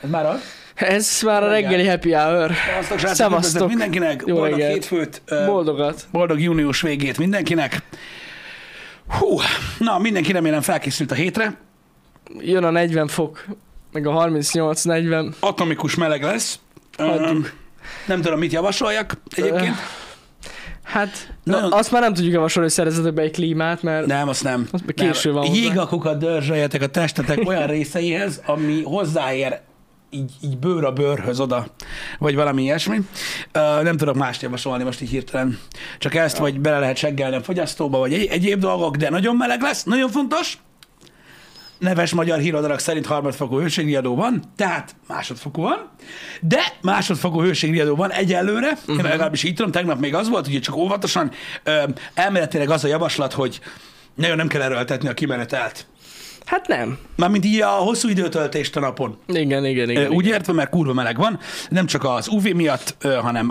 Ez már az? Ez már a reggeli happy hour. Szevasztok mindenkinek. Jó Boldog reggelt. hétfőt. Boldogat. Boldog június végét mindenkinek. Hú, na mindenki remélem felkészült a hétre. Jön a 40 fok, meg a 38-40. Atomikus meleg lesz. Hagyjuk. Nem tudom, mit javasoljak egyébként. Hát, Nagyon- azt már nem tudjuk javasolni, hogy szerezzetek be egy klímát, mert Nem, azt nem. Az még késő van hozzá. Jégakokat dörzsöljetek a testetek olyan részeihez, ami hozzáér így bőr a bőrhöz oda, vagy valami ilyesmi. Nem tudok mást javasolni most így hirtelen. Csak ezt, vagy bele lehet seggelni a fogyasztóba, vagy egyéb dolgok, de nagyon meleg lesz, nagyon fontos. Neves magyar híroldalak szerint harmadfokú hőségriadó van, tehát másodfokú van, de másodfokú hőségriadó van egyelőre, én legalábbis így tudom, tegnap még az volt, ugye csak óvatosan, elméletileg az a javaslat, hogy nagyon nem kell erőltetni a kimenetelt. hát nem. Mármint így a hosszú időtöltést a napon. Igen. Úgy értve, mert kurva meleg van, nem csak az UV miatt, hanem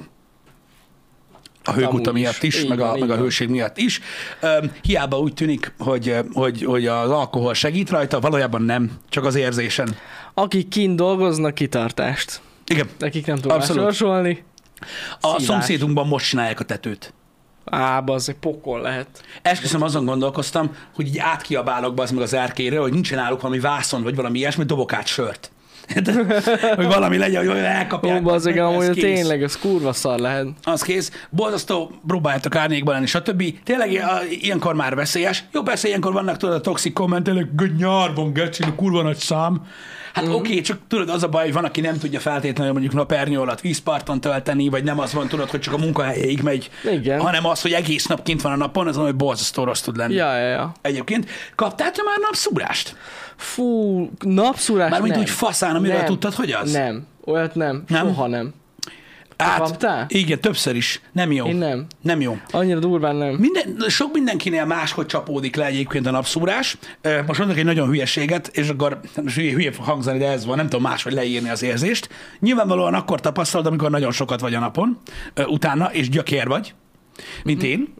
a hőguta Amúgy miatt is, Így meg van, így a van. hőség miatt is. Hiába úgy tűnik, hogy az alkohol segít rajta, valójában nem, csak az érzésen. Akik kint dolgoznak, kitartást. Igen. Nekik nem tudom Abszolút. javasolni. A Szívás. szomszédunkban most csinálják a tetőt. Bazzeg, pokol lehet. Esküszöm, azon gondolkoztam, hogy így átkiabálok be az meg az erkére, hogy nincsen náluk valami vászon, vagy valami ilyesmi, dobok át sört. Hogy valami legyen, hogy elkapják. Bazzeg, ez amúgy kész. tényleg, ez kurva szar lehet. Az kész. Borzasztó, próbáljátok árnyékban lenni, stb. Tényleg ilyenkor már veszélyes. Jó, persze ilyenkor vannak, tudod, a toxik kommentelők, nyárban gecsi, kurva nagy szám. Hát oké, csak tudod, az a baj, hogy van, aki nem tudja feltétlenül mondjuk napernyő alatt vízparton tölteni, vagy nem az van, tudod, hogy csak a munkahelyeig megy, Igen. hanem az, hogy egész nap kint van a napon, az hogy borzasztó rossz tud lenni. Ja. Egyébként kaptál te már napszúrást? Fú, napszúrás Mármint nem. úgy faszán, amivel Nem. tudtad, hogy az? Nem, olyat nem. Nem? Soha nem. kaptál? Igen, többször is. Nem jó. Én nem. Nem jó. Annyira durván nem. Sok mindenkinél máshogy csapódik le egyébként a napszúrás. Most mondok egy nagyon hülyeséget, és akkor most hülye fog hangzani, de ez van, nem tudom máshogy leírni az érzést. Nyilvánvalóan akkor tapasztalod, amikor nagyon sokat vagy a napon, utána, és gyökér vagy, mint én.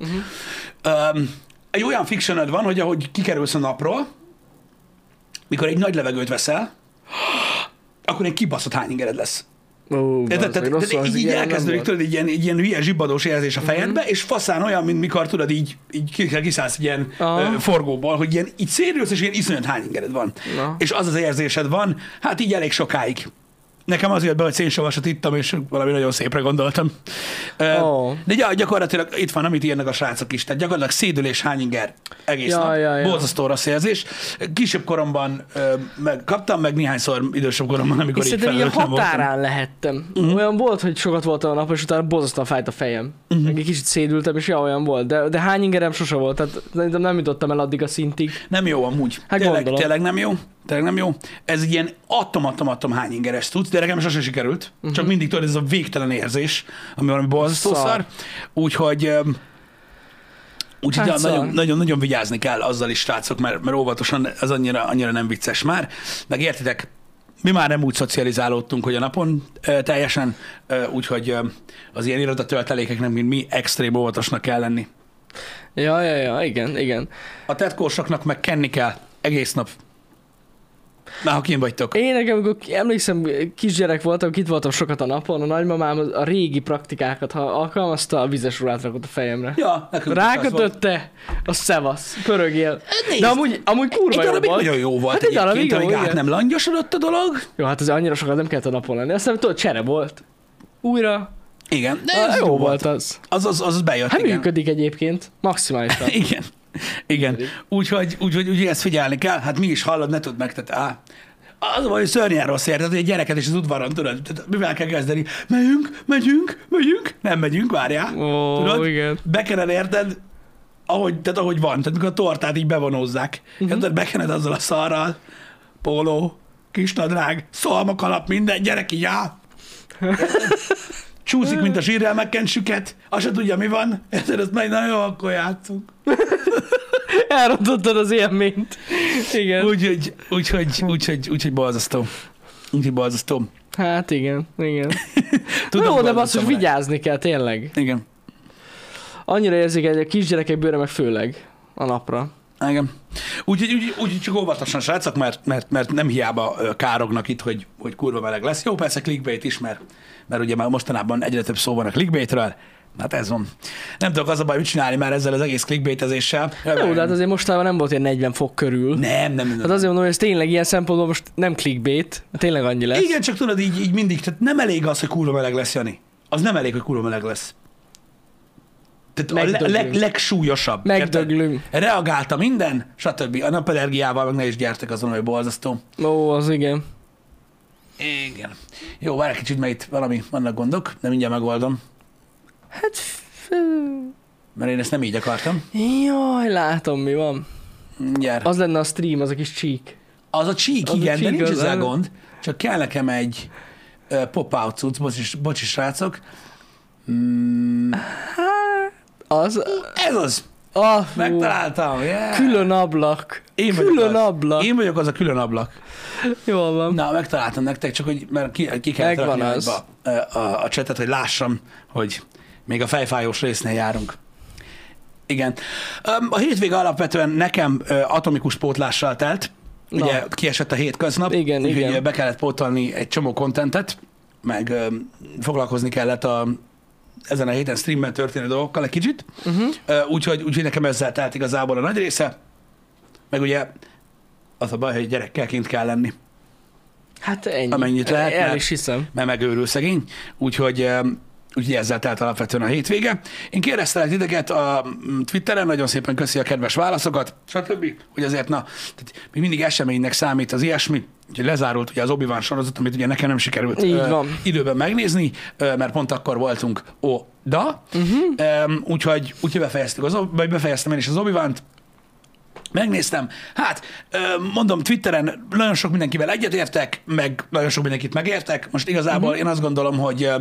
Egy olyan fictioned van, hogy ahogy kikerülsz a napról, mikor egy nagy levegőt veszel, akkor egy kibaszott hányingered lesz. Tehát így elkezdődik, tudod, egy ilyen hülye zsibbadós érzés a fejedbe, és faszán olyan, mint mikor tudod, így kiszállsz egy ilyen forgóból, hogy ilyen, így szérülsz, és ilyen iszonyat hányingered van. És az az érzésed van, hát így elég sokáig. Nekem az jött be, hogy szénsavasat ittam, és valami nagyon szépre gondoltam. De gyakorlatilag itt van, amit írnak a srácok is. Tehát gyakorlatilag szédülés, hányinger egész nap. Borzasztó rossz érzés. Kisebb koromban kaptam, meg néhányszor idősebb koromban, amikor így felelőtlen voltam. Határán lehettem. Olyan volt, hogy sokat voltam a nap, és utána borzasztóan fájt a fejem. Meg egy kicsit szédültem, és olyan volt. De hányingerem sose volt, tehát nem jutottam el addig a szintig. Nem jó amúgy. Hát tényleg nem jó. Tényleg nem jó. Ez egy ilyen atom hányingeres tudsz, de nekem sose sikerült. Csak mindig tudod, ez a végtelen érzés, ami valami borzasztó szar. Úgyhogy nagyon vigyázni kell azzal is, srácok, mert óvatosan ez annyira nem vicces már. Meg értitek, mi már nem úgy szocializálódtunk, hogy a napon teljesen, úgyhogy az ilyen irodatöltelékeknek, mint mi, extrém óvatosnak kell lenni. Ja, igen. A tetkósoknak meg kenni kell egész nap. Na, ha kint vagytok. Én nekem, amikor emlékszem, kisgyerek voltam, itt voltam sokat a napon, a nagymamám a régi praktikákat, ha alkalmazta, a vizes rullát rakott a fejemre. Ja, rákötötte, a szevasz, pörögél. De amúgy kurva jó volt. Nagyon jó volt hát egyébként, amíg át nem langyosodott a dolog. Jó, hát ez annyira sokat nem kellett a napon lenni. Aztán tudod, csere volt. Újra. Igen. De ez jó volt az. Az bejött, hát igen. működik egyébként, maximálisan. Igen. Úgyhogy ezt figyelni kell. Hát mi is hallod, ne tudd meg, tehát az a baj, hogy szörnyen rossz érted, hogy egy gyereket is az udvaron, tudod, tehát mivel kell kezdeni? Megyünk, nem megyünk, várjál. Tudod? Igen. Bekened, érted, ahogy van, tehát mikor a tortát így bevonózzák. Érted, bekened azzal a szarral, póló, kis nadrág, szalmakalap, minden, gyerek így áll. Csúszik, mint a zsírrel megkent süket, azt se tudja, mi van. Érted, azt megy, na jó, akkor játszunk. Elrontottad az élményt. Igen. Úgyhogy borzasztó. Úgyhogy borzasztó. Hát igen. Tudom, jó, de basszus, vigyázni kell, tényleg. Igen. Annyira érzékeny, hogy a kisgyerekek bőre meg főleg a napra. Igen. Úgyhogy csak óvatosan, srácok, mert nem hiába kárognak itt, hogy kurva meleg lesz. Jó, persze clickbait is, mert ugye már mostanában egyre több szó van a clickbaitről. Hát ez van. Nem tudok az a baj, mit csinálni már ezzel az egész clickbaitezéssel. Jó, de hát azért mostában nem volt ilyen 40 fok körül. Nem. Hát azért mondom, hogy ez tényleg ilyen szempontból most nem clickbait, tényleg annyi lesz. Igen, csak tudod, így mindig, tehát nem elég az, hogy kurva meleg lesz, Jani. Az nem elég, hogy kurva meleg lesz. Tehát a legsúlyosabb. Megdöglünk. Reagálta minden, stb. A napenergiával meg ne is gyertek azon, hogy borzasztó. Ó, az igen. Igen. Jó, várj egy kicsit, mert itt vannak gondok, de mindjárt megoldom. Hát... Mert én ezt nem így akartam. Jaj, látom, mi van. Gyere. Az lenne a stream, az a kis csík. Az a csík, az igen, a csík, de nincs az ezzel gond. Csak kell nekem egy pop-out cucc, bocsi srácok. Az... Ez az! Megtaláltam, yeah. Külön ablak. Külön ablak. Én vagyok az a külön ablak. Jól van. Na, megtaláltam nektek, csak hogy mert ki kell rakni a csetet, hogy lássam, hogy még a fejfájós résznél járunk. Igen. A hétvége alapvetően nekem atomikus pótlással telt. Ugye kiesett a hétköznap, úgyhogy be kellett pótolni egy csomó kontentet, meg foglalkozni kellett ezen a héten streamben történő dolgokkal egy kicsit. Úgyhogy nekem ezzel telt igazából a nagy része. Meg ugye az a baj, hogy gyerekkel kell lenni. Hát ennyi. Amennyit lehet, el is hiszem. Mert megőrül szegény. Úgyhogy ezzel telt alapvetően a hétvége. Én kérdeztelek titeket a Twitteren, nagyon szépen köszi a kedves válaszokat, stb. Hogy azért, tehát még mindig eseménynek számít az ilyesmi, úgyhogy lezárult ugye az Obi-Wan sorozat, amit ugye nekem nem sikerült időben megnézni, mert pont akkor voltunk oda. Úgyhogy befejeztem én is az Obi-Want, megnéztem. Hát, mondom, Twitteren nagyon sok mindenkivel egyetértek, meg nagyon sok mindenkit megértek. Most igazából én azt gondolom,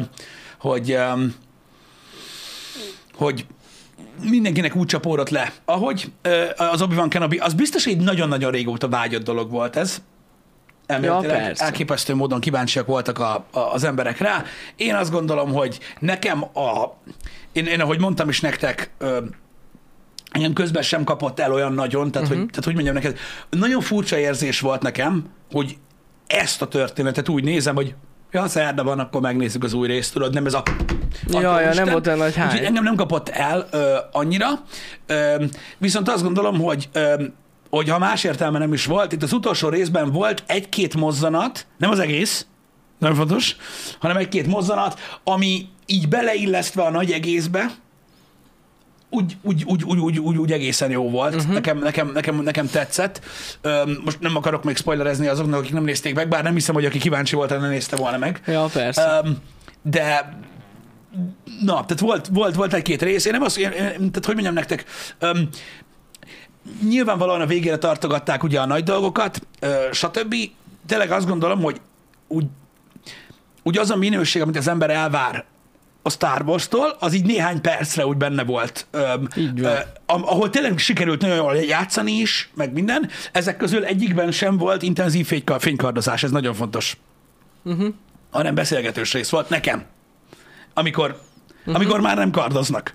hogy mindenkinek úgy csapódott le, ahogy az Obi-Wan Kenobi, az biztos, hogy én régóta vágyott dolog volt ez. Elméletileg elképesztő módon kíváncsiak voltak az emberek rá. Én azt gondolom, hogy nekem én ahogy mondtam is nektek, engem közben sem kapott el olyan nagyon, tehát hogy mondjam neked, nagyon furcsa érzés volt nekem, hogy ezt a történetet úgy nézem, hogy ja, szerda van, akkor megnézzük az új részt, tudod, nem ez a... Jaj, nem volt olyan nagy hány. Úgyhogy engem nem kapott el annyira, viszont azt gondolom, hogy ha más értelme nem is volt, itt az utolsó részben volt egy-két mozzanat, nem az egész, nem fontos, hanem egy-két mozzanat, ami így beleillesztve a nagy egészbe, úgy egészen jó volt. Nekem tetszett. Most nem akarok még spoilerezni azoknak, akik nem nézték meg, bár nem hiszem, hogy aki kíváncsi volt, nem nézte volna meg. Ja, persze. De tehát volt egy-két rész. Én nem azt, tehát hogy mondjam nektek, nyilvánvalóan a végére tartogatták ugye a nagy dolgokat, stb. Tényleg azt gondolom, hogy úgy az a minőség, amit az ember elvár a Star Wars-tól, az így néhány percre úgy benne volt. Ahol tényleg sikerült nagyon jól játszani is, meg minden. Ezek közül egyikben sem volt intenzív fénykardozás, ez nagyon fontos. Hanem beszélgetős rész volt nekem. Amikor már nem kardoznak.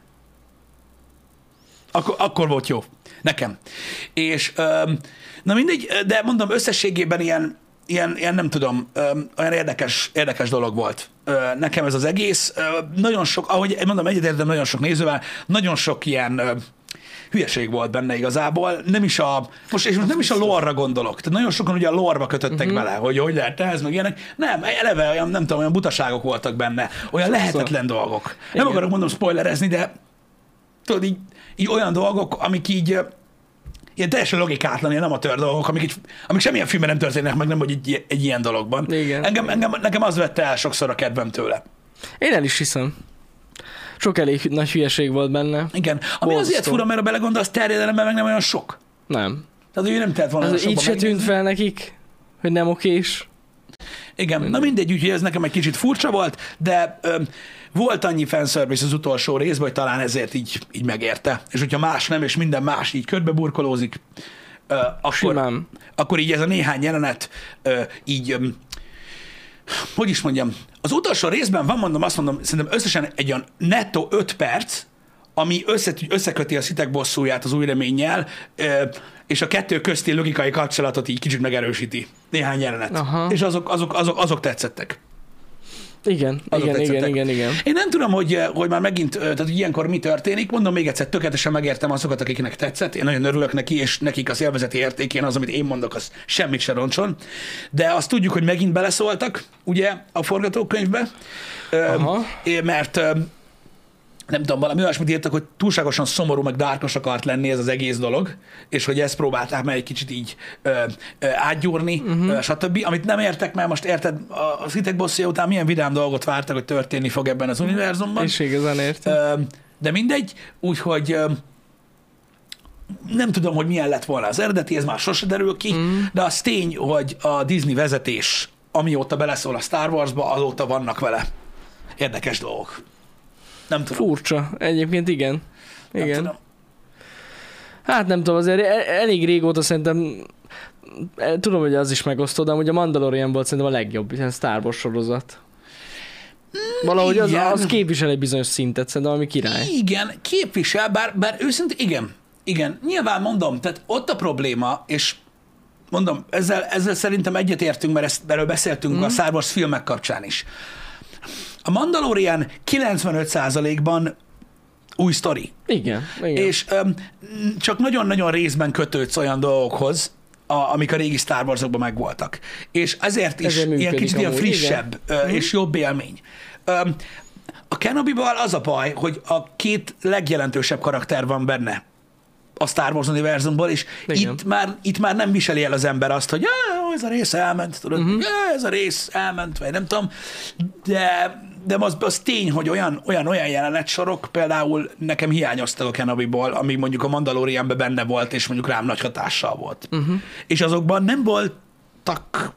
Akkor volt jó. Nekem. És na mindegy, de mondom, összességében ilyen nem tudom, olyan érdekes dolog volt nekem ez az egész. Nagyon sok, ahogy mondom, egyetértem nagyon sok nézővel, nagyon sok ilyen hülyeség volt benne igazából. Nem is a lore-ra gondolok. Tehát nagyon sokan ugye a lore-ba kötöttek bele, hogy lehet ez, meg ilyenek. Nem, eleve olyan butaságok voltak benne. Olyan lehetetlen dolgok. Nem akarok mondom spoilerezni, de tudod, így olyan dolgok, amik így ilyen teljesen logikátlan, ilyen amatőr dolgok, amik semmilyen filmben nem történnek meg, nem vagy egy ilyen dologban. Nekem az vette el sokszor a kedvem tőle. Én el is hiszem. Sok elég nagy hülyeség volt benne. Igen. Ami azért fura, mert a belegondolsz, terjedelemben meg nem olyan sok. Nem. Tehát ő nem telt volna olyan sokba. Így se tűnt fel nekik, hogy nem okés. Igen, na mindegy, úgyhogy ez nekem egy kicsit furcsa volt, de volt annyi fanservice az utolsó részben, hogy talán ezért így megérte. És hogyha más nem, és minden más így körbe burkolózik, akkor így ez a néhány jelenet így, hogy is mondjam, az utolsó részben van, azt mondom, szerintem összesen egy olyan nettó 5 perc, ami összeköti a szitek bosszúját az új reménnyel, és a kettő közti logikai kapcsolatot így kicsit megerősíti. Néhány jelenet. Aha. És azok tetszettek. Igen. Én nem tudom, hogy már megint, tehát hogy ilyenkor mi történik. Mondom még egyszer, tökéletesen megértem azokat, akiknek tetszett. Én nagyon örülök neki, és nekik az élvezeti értékén az, amit én mondok, az semmit se roncson. De azt tudjuk, hogy megint beleszóltak, ugye, a forgatókönyvbe. Mert nem tudom, valami olyasmit írtak, hogy túlságosan szomorú, meg dárkos akart lenni ez az egész dolog, és hogy ezt próbálták meg egy kicsit így átgyúrni, stb. Amit nem értek, mert most érted, a szitek bosszúja után milyen vidám dolgot vártak, hogy történni fog ebben az univerzumban. És igazán értem. De mindegy, úgyhogy nem tudom, hogy milyen lett volna az eredeti, ez már sose derül ki, de az tény, hogy a Disney vezetés, amióta beleszól a Star Warsba, azóta vannak vele érdekes dolgok. Nem tudom. Furcsa. Egyébként igen. Nem tudom. Hát nem tudom, azért elég régóta szerintem tudom, hogy az is megosztó, de amúgy a Mandalorian volt szerintem a legjobb ilyen Star Wars sorozat. Valahogy az képvisel egy bizonyos szintet, szerintem, ami király. Igen, képvisel, bár őszintén igen. Nyilván mondom, tehát ott a probléma, és mondom, ezzel szerintem egyetértünk, mert erről beszéltünk a Star Wars filmek kapcsán is. A Mandalorian 95%-ban új sztori. Igen. És csak nagyon-nagyon részben kötődsz olyan dolgokhoz, amik a régi Star Wars-okban megvoltak. És ezért is ilyen kicsit ilyen frissebb és jobb élmény. A Kenobi-val az a baj, hogy a két legjelentősebb karakter van benne a Star Wars univerzumból, és itt már nem viseli el az ember azt, hogy ez a rész elment, tudod, ez a rész elment, vagy nem tudom, de az tény, hogy olyan jelenetsorok például nekem hiányoztak a Kenobiból, ami mondjuk a Mandalorianben benne volt, és mondjuk rám nagy hatással volt. És azokban nem voltak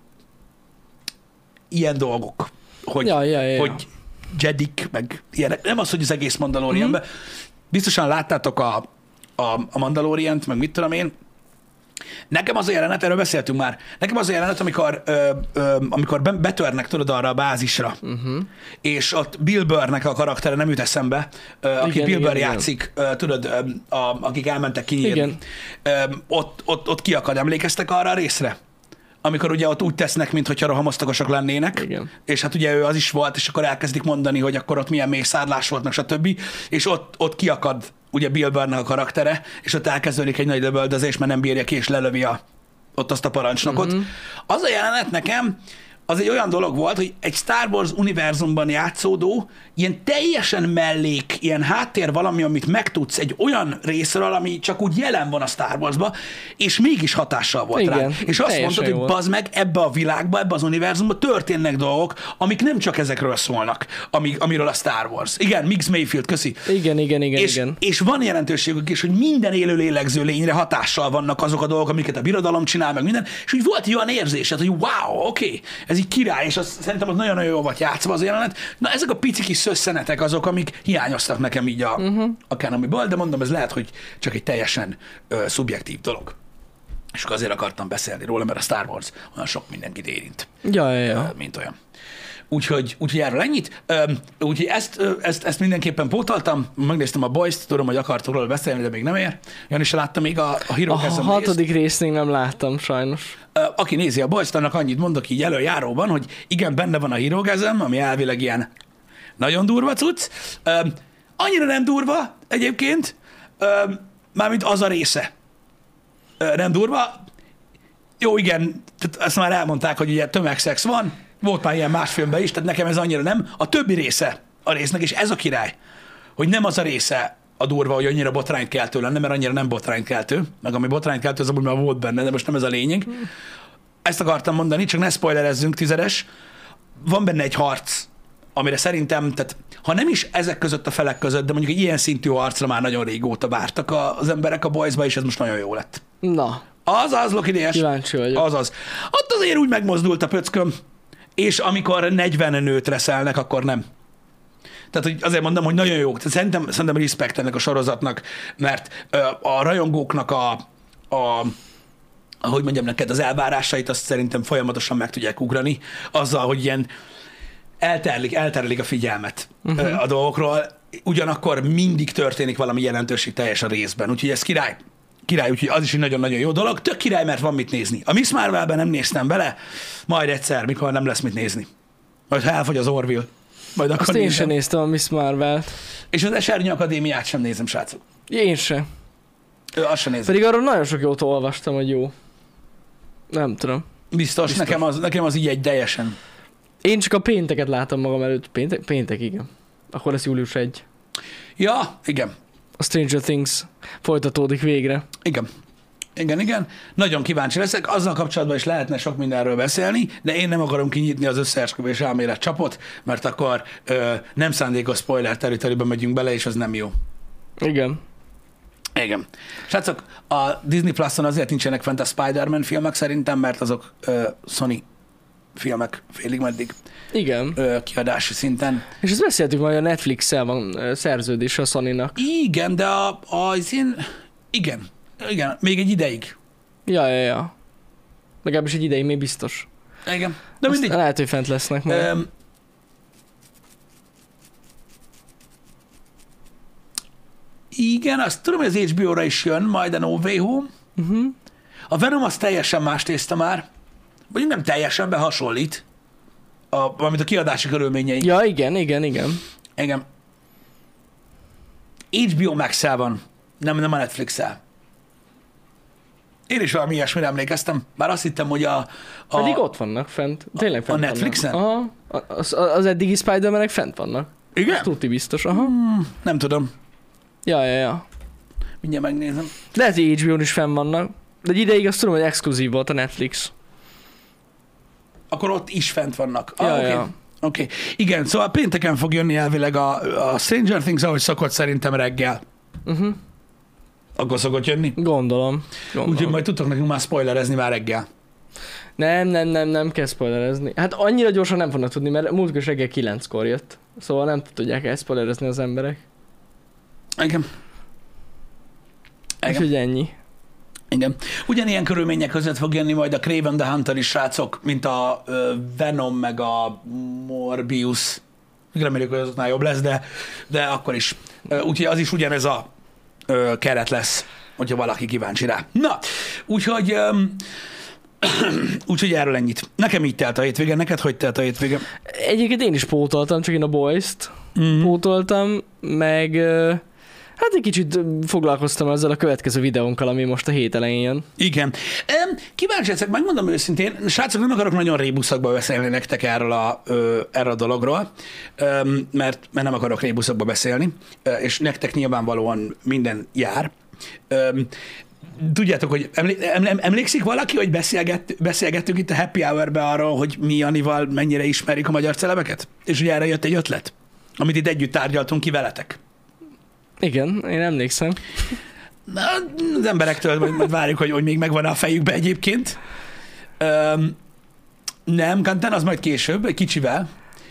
ilyen dolgok, hogy Jedik, meg ilyenek. Nem az, hogy az egész Mandalorianben. Biztosan láttátok a Mandalorient, meg mit tudom én. Nekem az a jelenet, erről beszéltünk már, nekem az a jelenet, amikor betörnek, tudod, arra a bázisra, és ott Bill Burrnek a karaktere nem jut eszembe, aki Bill Burr játszik, tudod, akik elmentek kinyírni. Ott kiakad, emlékeztek arra a részre? Amikor ugye ott úgy tesznek, mintha rohamosztagosak lennének, és hát ugye ő az is volt, és akkor elkezdik mondani, hogy akkor ott milyen mészárlás volt, meg stb. És ott kiakad ugye Bill Burrnek a karaktere, és ott elkezdődik egy nagy lövöldözés, mert nem bírja ki, és lelövi ott azt a parancsnokot. Az a jelenet nekem, az egy olyan dolog volt, hogy egy Star Wars univerzumban játszódó, ilyen teljesen mellék, ilyen háttér valami, amit megtudsz egy olyan részről, ami csak úgy jelen van a Star Warsban, és mégis hatással volt rá. És azt mondtad, hogy bazd meg, ebbe a világba, ebbe az univerzumban történnek dolgok, amik nem csak ezekről szólnak, amiről a Star Wars. Igen, Mix Mayfield, köszi. Igen. És van jelentőségük is, hogy minden élő lélegző lényre hatással vannak azok a dolgok, amiket a birodalom csinál, meg minden, és úgy volt egy olyan érzésed, hogy wow, oké, ez így király, és szerintem az nagyon-nagyon jól volt játszva az jelenet. Na, ezek a pici kis szösszenetek azok, amik hiányoztak nekem így a Kenobiból, de mondom, ez lehet, hogy csak egy teljesen szubjektív dolog. És akkor azért akartam beszélni róla, mert a Star Wars olyan sok mindenkit érint. Mint olyan. Úgyhogy erről ennyit. Úgyhogy ezt mindenképpen pótoltam. Megnéztem a Boys-t, tudom, hogy akartok róla beszélni, de még nem ér. Jani se látta még a Hero Gasm A 6. részt még nem láttam, sajnos. Aki nézi a Boys-t, annak annyit mondok így előjáróban, hogy igen, benne van a Hero Gasm, ami elvileg ilyen nagyon durva cucc. Annyira nem durva egyébként, mármint az a része. Nem durva. Jó, igen, ezt már elmondták, hogy ugye tömegszex van, volt már ilyen más filmben is, tehát nekem ez annyira nem. A többi része a résznek, és ez a király, hogy nem az a része a durva, hogy annyira botrányt keltő lenne, mert annyira nem botrányt keltő, meg ami botrányt keltő, az amúgy már volt benne, de most nem ez a lényeg. Ezt akartam mondani, csak ne spoilerezzünk, 10-es. Van benne egy harc, amire szerintem, tehát ha nem is ezek között a felek között, de mondjuk egy ilyen szintű harcra már nagyon régóta vártak az emberek a Boys-ba, és ez most nagyon jó lett. Na. Azaz, Loki DS. Kíváncsi vagyok. Azaz. Ott azért úgy megmozdult a pöcköm, és amikor 40 nőt reszelnek, akkor nem. Tehát hogy azért mondom, hogy nagyon jó. Szerintem respekt ennek a sorozatnak, mert a rajongóknak ahogy mondjam neked, az elvárásait azt szerintem folyamatosan meg tudják ugrani, azzal, hogy ilyen elterlik a figyelmet a dolgokról. ugyanakkor mindig történik valami jelentőség teljes a részben, úgyhogy ez király. Király, úgyhogy az is egy nagyon-nagyon jó dolog. Tök király, mert van mit nézni. A Miss Marvelben nem néztem bele, majd egyszer, mikor nem lesz mit nézni. Majd ha elfogy az Orville. Majd akkor Azt én nézem. sem néztem a Miss Marvel-t. És az Esernyő Akadémiát sem nézem, srácok. Én sem. Azt sem nézem. Pedig arról nagyon sok jót olvastam, hogy jó. Nem tudom. Biztos. Nekem az így egy teljesen. Én csak a pénteket látom magam előtt. Péntek, igen. Akkor lesz július 1. Ja, igen. A Stranger Things folytatódik végre. Igen. Nagyon kíváncsi leszek. Azzal kapcsolatban is lehetne sok mindenről beszélni, de én nem akarom kinyitni az összeesküvés elmélet csapot, mert akkor nem szándékos spoiler territoryba megyünk bele, és az nem jó. Igen. Igen. Srácok, a Disney Plus-on azért nincsenek fent a Spider-Man filmek szerintem, mert azok Sony filmek félig meddig Igen. Kiadási szinten. És ezt beszéltük, hogy a Netflix-el van szerződés a Sony-nak. Igen, de az én... Igen, még egy ideig. Ja. Legalábbis egy ideig még biztos. Igen. De mindig. Lehet, hogy fent lesznek majd. Igen, azt tudom, hogy az HBO-ra is jön majd a No Way Home. Uh-huh. A Venom az teljesen más tészta már. Vagy nem teljesen, behasonlít. Valamint a kiadási körülményei. Ja, igen. Igen. HBO Max-el van, nem a Netflix-el. Én is valami ilyesmire emlékeztem. Bár azt hittem, hogy Pedig ott vannak fent. Tényleg fent a Netflixen? Aha. Az eddigi Spider-Manek fent vannak. Igen? Tuti biztos, aha. Nem tudom. Ja. Mindjárt megnézem. Lehet, hogy HBO-n is fenn vannak. De egy ideig azt tudom, hogy exkluzív volt a Netflix. Akkor ott is fent vannak. Ja. Oké. Igen, szóval pénteken fog jönni elvileg a Stranger Things, ahogy szokott szerintem reggel. Uh-huh. Akkor szokott jönni. Gondolom. Úgyhogy majd tudtok nekünk már spoilerezni már reggel. Nem kell spoilerezni. Hát annyira gyorsan nem fognak tudni, mert múltkor reggel 9-kor jött. Szóval nem tudják elszpoilerezni az emberek. Igen. Úgyhogy ennyi. Igen. Ugyanilyen körülmények között fog jönni majd a Kraven the Hunter is, srácok, mint a Venom meg a Morbius. Reméljük, hogy azoknál jobb lesz, de akkor is. Úgyhogy az is ugyanez a keret lesz, hogyha valaki kíváncsi rá. Na, úgyhogy úgyhogy erről ennyit. Nekem így telt a hétvége, neked hogy telt a hétvége? Egyébként én is pótoltam, csak én a Boys-t pótoltam, meg hát egy kicsit foglalkoztam ezzel a következő videónkkal, ami most a hét elején jön. Igen. Kíváncsi leszek, megmondom őszintén, srácok, nem akarok nagyon rébuszakba beszélni nektek erről a dologról, mert nem akarok rébuszakba beszélni, és nektek nyilvánvalóan minden jár. Tudjátok, hogy emlékszik valaki, hogy beszélgettünk itt a Happy Hour-be arról, hogy mi Janival mennyire ismerjük a magyar celebeket? És ugye erre jött egy ötlet, amit itt együtt tárgyaltunk ki veletek. Igen, én emlékszem. Na, az emberektől majd várjuk, hogy még megvan a fejükbe egyébként. Nem, Kanten, az majd később, egy kicsivel.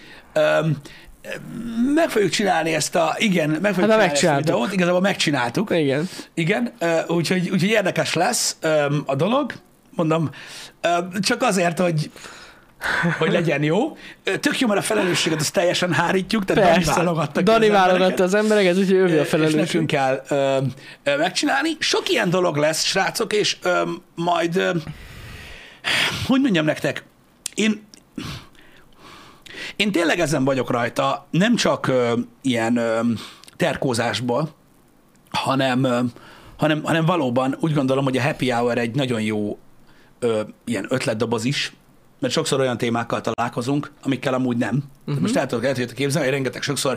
Meg fogjuk csinálni ezt meg fogjuk csinálni ezt a videót. Igazából megcsináltuk. Igen, úgyhogy érdekes lesz a dolog. Mondom, csak azért, hogy legyen jó. Tök jó, mert a felelősséget azt teljesen hárítjuk, tehát Dani válogatta az embereket, úgyhogy ő a felelősség. És nekünk kell megcsinálni. Sok ilyen dolog lesz, srácok, és majd, hogy mondjam nektek, én tényleg ezen vagyok rajta, nem csak ilyen terkózásból, hanem valóban úgy gondolom, hogy a Happy Hour egy nagyon jó ilyen ötletdoboz is, mert sokszor olyan témákkal találkozunk, amikkel amúgy nem. Most el tudjátok képzelni, hogy rengeteg sokszor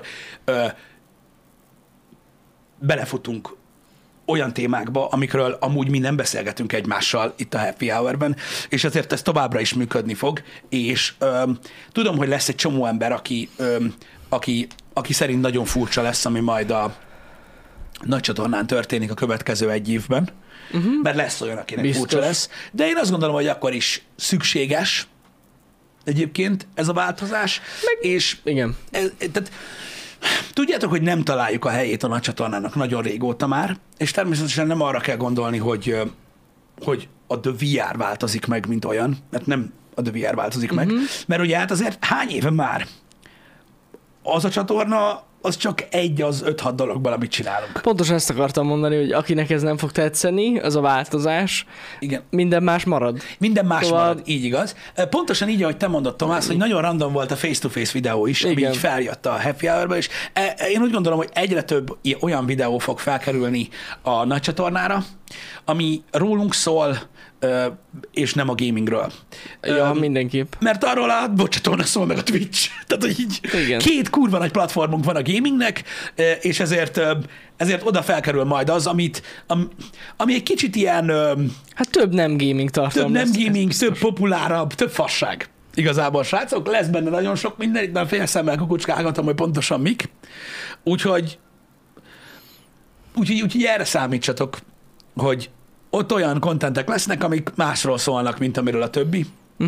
belefutunk olyan témákba, amikről amúgy mi nem beszélgetünk egymással itt a Happy Hour-ben, és ezért ez továbbra is működni fog, és tudom, hogy lesz egy csomó ember, aki szerint nagyon furcsa lesz, ami majd a nagy csatornán történik a következő egy évben, mert lesz olyan, akinek biztos furcsa lesz, de én azt gondolom, hogy akkor is szükséges egyébként ez a változás, és igen. Tehát tudjátok, hogy nem találjuk a helyét a nagy csatornának nagyon régóta már, és természetesen nem arra kell gondolni, hogy a The VR változik meg, mint olyan, mert nem a The VR változik meg, mert ugye hát azért hány éve már az a csatorna az csak egy az 5-6 dologból, amit csinálunk. Pontosan ezt akartam mondani, hogy akinek ez nem fog tetszeni, az a változás, Igen. minden más marad. Minden más marad, így igaz. Pontosan így, ahogy te mondod, Tomás, hogy nagyon random volt a face-to-face videó is, ami így feljött a Happy Hour-ba, és én úgy gondolom, hogy egyre több olyan videó fog felkerülni a nagy csatornára, ami rólunk szól, és nem a gamingről. Ja, mindenképp. Mert arról a csatorna szól meg a Twitch. Tehát, hogy így Igen. két kurva nagy platformunk van a gamingnek, és ezért oda felkerül majd az, ami egy kicsit ilyen... Hát több nem gaming tartalom. Több nem gaming, több populárabb, több fasság. Igazából, srácok, lesz benne nagyon sok minden, itt már fél szemmel kukucskálgatom, hogy pontosan mik. Úgyhogy erre számítsatok, hogy ott olyan kontentek lesznek, amik másról szólnak, mint amiről a többi.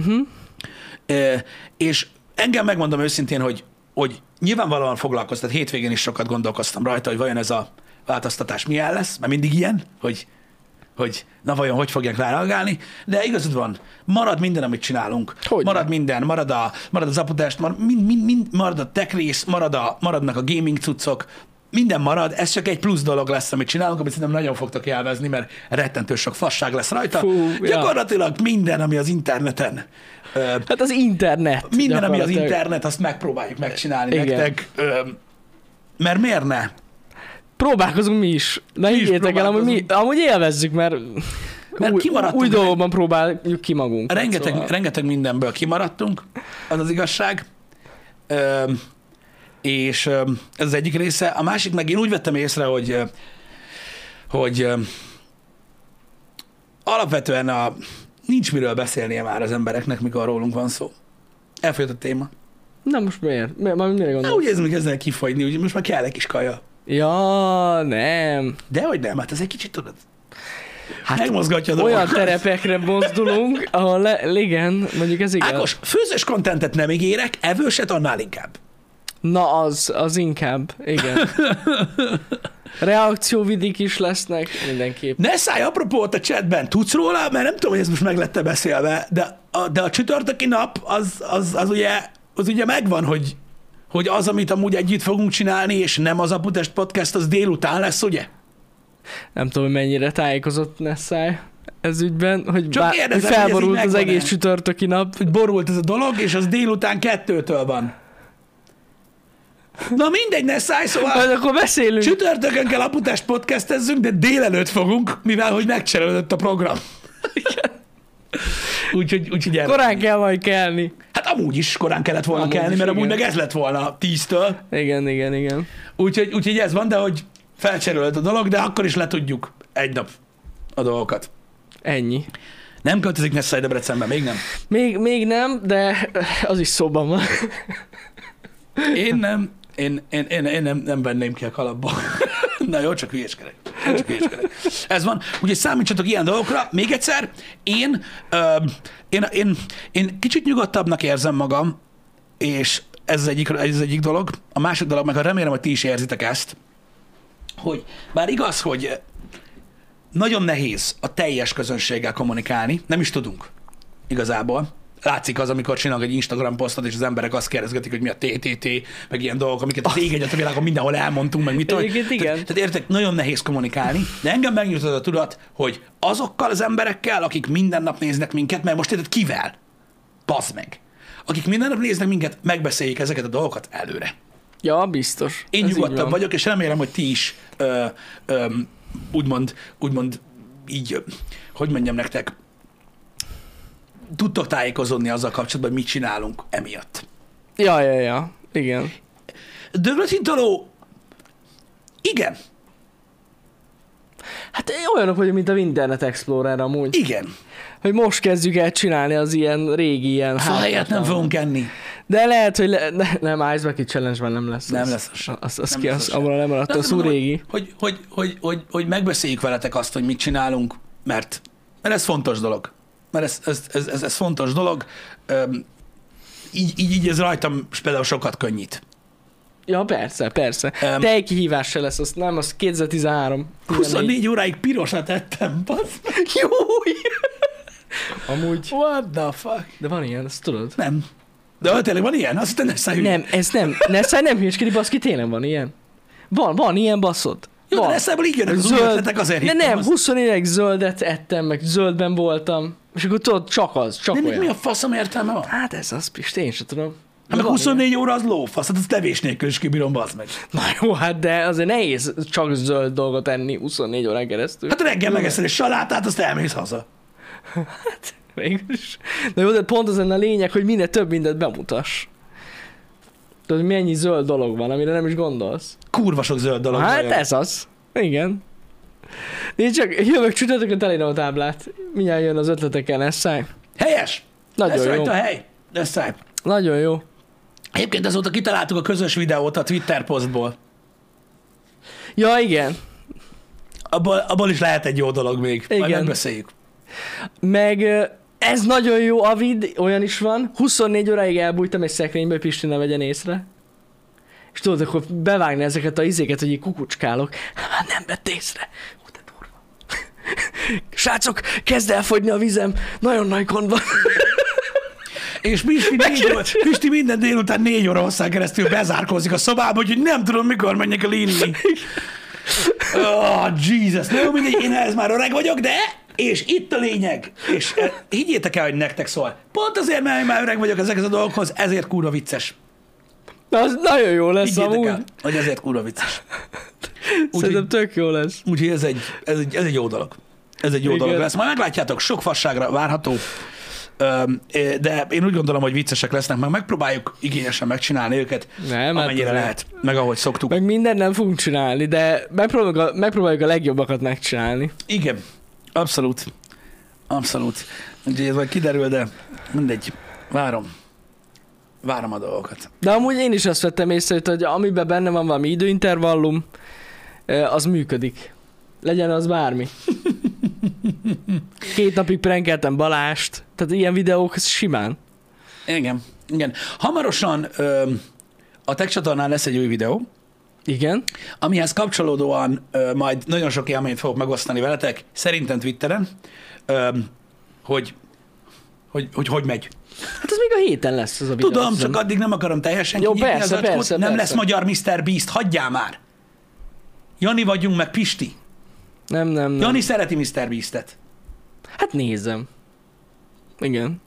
És engem megmondom őszintén, hogy nyilvánvalóan foglalkoztat, hétvégén is sokat gondolkoztam rajta, hogy vajon ez a változtatás milyen lesz, mert mindig ilyen, hogy na vajon hogy fogják rá reagálni, de igazad van, marad minden, amit csinálunk. Hogyne? Marad minden, marad az aputest, marad a tech rész, maradnak a gaming cuccok, minden marad, ez csak egy plusz dolog lesz, amit csinálunk, amit szerintem nagyon fogtok élvezni, mert rettentő sok fasság lesz rajta. Gyakorlatilag minden, ami az interneten. Hát az internet. Minden, ami az internet, azt megpróbáljuk megcsinálni nektek. Mert miért ne? Próbálkozunk mi is. De higgyétek el, amúgy élvezzük, mert új dolgokban próbáljuk ki magunkat. Rengeteg mindenből kimaradtunk, az az igazság. És ez az egyik része. A másik meg én úgy vettem észre, hogy alapvetően nincs miről beszélnie már az embereknek, mikor rólunk van szó. Elfogyott a téma. Na most miért? Mire gondolsz? Úgy érzem, hogy kezdenek kifogyni, úgy most már kell egy kis kaja. Ja, nem. Dehogy nem, hát ez egy kicsit tudod. Hát megmozgatja a olyan terepekre mozdulunk, ahol igen, mondjuk ez igaz. Ákos, főzős kontentet nem ígérek, evőset annál inkább. Na az inkább, igen. Reakcióvidik is lesznek, mindenképp. Ne szállj, apropó ott a chatben, tudsz róla? Mert nem tudom, hogy ez most meg lett beszélve, de a csütörtöki nap az ugye megvan, hogy az, amit amúgy együtt fogunk csinálni, és nem az Aputest Podcast, az délután lesz, ugye? Nem tudom, hogy mennyire tájékozott Nessai ez ügyben, hogy kérdezem, felborult az egész csütörtöki nap. Hogy borult ez a dolog, és az délután 2-től van. Na mindegy, Nessai, szóval majd akkor beszélünk. Csütörtökön kell Aputest podcastezzünk, de délelőtt fogunk, mivel hogy megcserélődött a program. Úgyhogy korán kell majd kelni. Hát amúgy is korán kellett volna kelni, mert amúgy meg ez lett volna 10-től. Igen. Úgyhogy ez van, de hogy felcserélődött a dolog, de akkor is letudjuk egy nap a dolgokat. Ennyi. Nem költözik Nessai Debrecenbe, még nem? Még nem, de az is szóban van. Én nem venném ki a kalapba. Na jó, csak hülyéskedek. Ez van. Úgyhogy számítsatok ilyen dolgokra. Még egyszer, én kicsit nyugodtabbnak érzem magam, és ez az egyik dolog. A másik dolog, meg remélem, hogy ti is érzitek ezt, hogy bár igaz, hogy nagyon nehéz a teljes közönséggel kommunikálni, nem is tudunk igazából. Látszik az, amikor csinálok egy Instagram posztot, és az emberek azt kérdezgetik, hogy mi a TTT, meg ilyen dolgok, amiket az ég egyet a világon mindenhol elmondtunk, meg mit tudom. Tehát értek, nagyon nehéz kommunikálni, de engem megnyugtat a tudat, hogy azokkal az emberekkel, akik minden nap néznek minket, mert most érted kivel? Bazd meg. Akik minden nap néznek minket, megbeszéljük ezeket a dolgokat előre. Ja, biztos. Én nyugodtabb vagyok, és remélem, hogy ti is úgymond így, hogy mondjam nektek, tudtok tájékozódni azzal kapcsolatban, hogy mit csinálunk emiatt. Ja, igen. Döglötintoló, igen. Hát olyanok vagyunk, mint a Internet Explorer amúgy. Igen. Hogy most kezdjük el csinálni az ilyen régi ilyen... Szóval helyet nem fogunk enni. De lehet, hogy nem, Ice Bucket Challenge-ben nem lesz. Nem lesz. Az abban nem maradt, az régi. Hogy megbeszéljük veletek azt, hogy mit csinálunk, mert ez fontos dolog. Mert ez fontos dolog. Így ez rajtam például sokat könnyít. Ja, persze. De egy kihívás se lesz, az 2013. 24 óráig pirosat ettem, bassz. Jó! Amúgy. What the fuck? De van ilyen, ezt tudod? Nem. De tényleg van ilyen? Azt hittem, Nessai hülye. Nem, ez nem. Nessai nem hülyeskedik, baszki, tényleg van ilyen. Van ilyen basszod. Jó, de Van. Nessaiból így jönnek az új ötletek, azért De hittem nem, azt. 20 évek zöldet ettem, meg zöldben voltam. És akkor tudod, csak az, csak De olyan. mi a faszom értelme van? Hát ez az, Pist, én sem tudom. Hát meg Van 24 óra az lófasz, hát az tevés nélkül is kibírom, bazd meg. ilyen. Na jó, hát de azért nehéz csak zöld dolgot enni 24 órán keresztül. Hát reggel megeszel egy salátát, azt elmész haza. Végülis. De jó, de pont az lenne a lényeg, hogy minél több mindent bemutass. Tudod, hogy mennyi zöld dolog van, amire nem is gondolsz. Kurva sok zöld dolog. Hát van. ez az. Igen. Én csak jövök csütörtökön elérom a táblát. Mindjárt jön az ötletekkel, Nessai. Helyes! Nagyon Ez jó. rajta a hely. Nessai. Nagyon jó. Egyébként azóta kitaláltuk a közös videót a Twitter posztból. Ja, igen. Abból is lehet egy jó dolog még. Majd Igen. megbeszéljük. Meg ez nagyon jó, Avid, olyan is van. 24 óráig elbújtam egy szekrénybe, hogy Pisti ne vegyen észre. És tudod, akkor bevágni ezeket a izéket, hogy így kukucskálok. Hát nem vett észre. Ó, de durva. Srácok, kezd elfogyni a vizem. Nagyon nagy gond van. És Pisti minden délután 4 óra hosszán keresztül bezárkózik a szobába, úgyhogy nem tudom, mikor menjek el inni. Oh, Jesus. Na jó, mindegy, én ez már öreg vagyok, de... És itt a lényeg. És higgyétek el, hogy nektek szól. Pont azért, mert én már öreg vagyok ezekhez a dolgokhoz, ezért kurva vicces. Az nagyon jó lesz Higgyétek amúgy. el, hogy ezért kurva vicces. Szerintem tök jó lesz. Úgyhogy ez egy jó dolog. Ez egy jó Igen. dolog lesz. Majd meglátjátok, sok fasságra várható. De én úgy gondolom, hogy viccesek lesznek, meg megpróbáljuk igényesen megcsinálni őket, Nem, hát amennyire azért. lehet, meg ahogy szoktuk. Meg mindent nem fogunk csinálni, de megpróbáljuk a legjobbakat megcsinálni. Igen, abszolút. Abszolút. Úgyhogy ez majd kiderül, de mindegy. Várom a dolgokat. De amúgy én is azt vettem észre, hogy amiben benne van valami időintervallum, az működik. Legyen az bármi. 2 napig prankeltem Balást, tehát ilyen videók simán. Igen. Hamarosan a Tech csatornán lesz egy új videó, Igen. amihez kapcsolódóan majd nagyon sok élményt fogok megosztani veletek, szerintem Twitteren, hogy megy. Hát az még a héten lesz az a videó. Tudom, azt hiszem. csak addig nem akarom teljesen Jó, kinyitni persze, az acskót. persze, Nem persze. lesz magyar Mr. Beast, hagyjál már! Jani vagyunk, meg Pisti. Nem. Jani szereti Mr. Beastet. Hát nézem. Igen.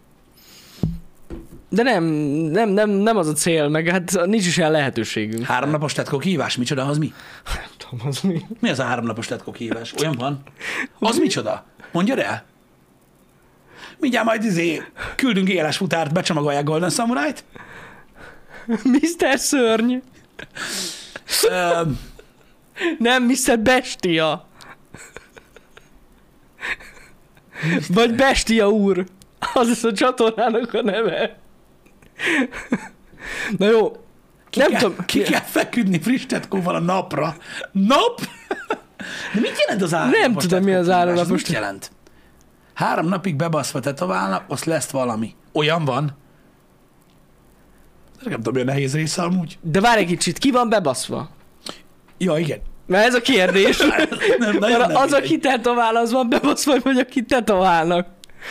De nem az a cél, meg hát nincs is ilyen lehetőségünk. 3 napos tetkó kihívás, micsoda, az mi? Nem tudom, az mi. Mi az a 3 napos tetkó kihívás? Olyan van? Az micsoda? Mondja el. Mindjárt majd küldünk éles futárt, becsomagolják Golden Samurai-t. Mr. Szörny. Nem, Mr. Bestia. Vagy Bestia úr. Az lesz a csatornának a neve. Na jó. Ki kell feküdni friss tetkóval a napra. Nap? De mit jelent az 3 Nem napos tudom, mi tetkó az kihívás? 3 Ez napos mit jelent? 3 napig bebaszva tetoválnak, azt lesz valami. Olyan van? Nem tudom, mi a nehéz része amúgy. De várj egy kicsit, ki van bebaszva? Ja, igen. Mert ez a kérdés. Nem, nagyon Mert nem az, mindegy. aki tetovál, az van bebaszva, vagy aki tetoválnak.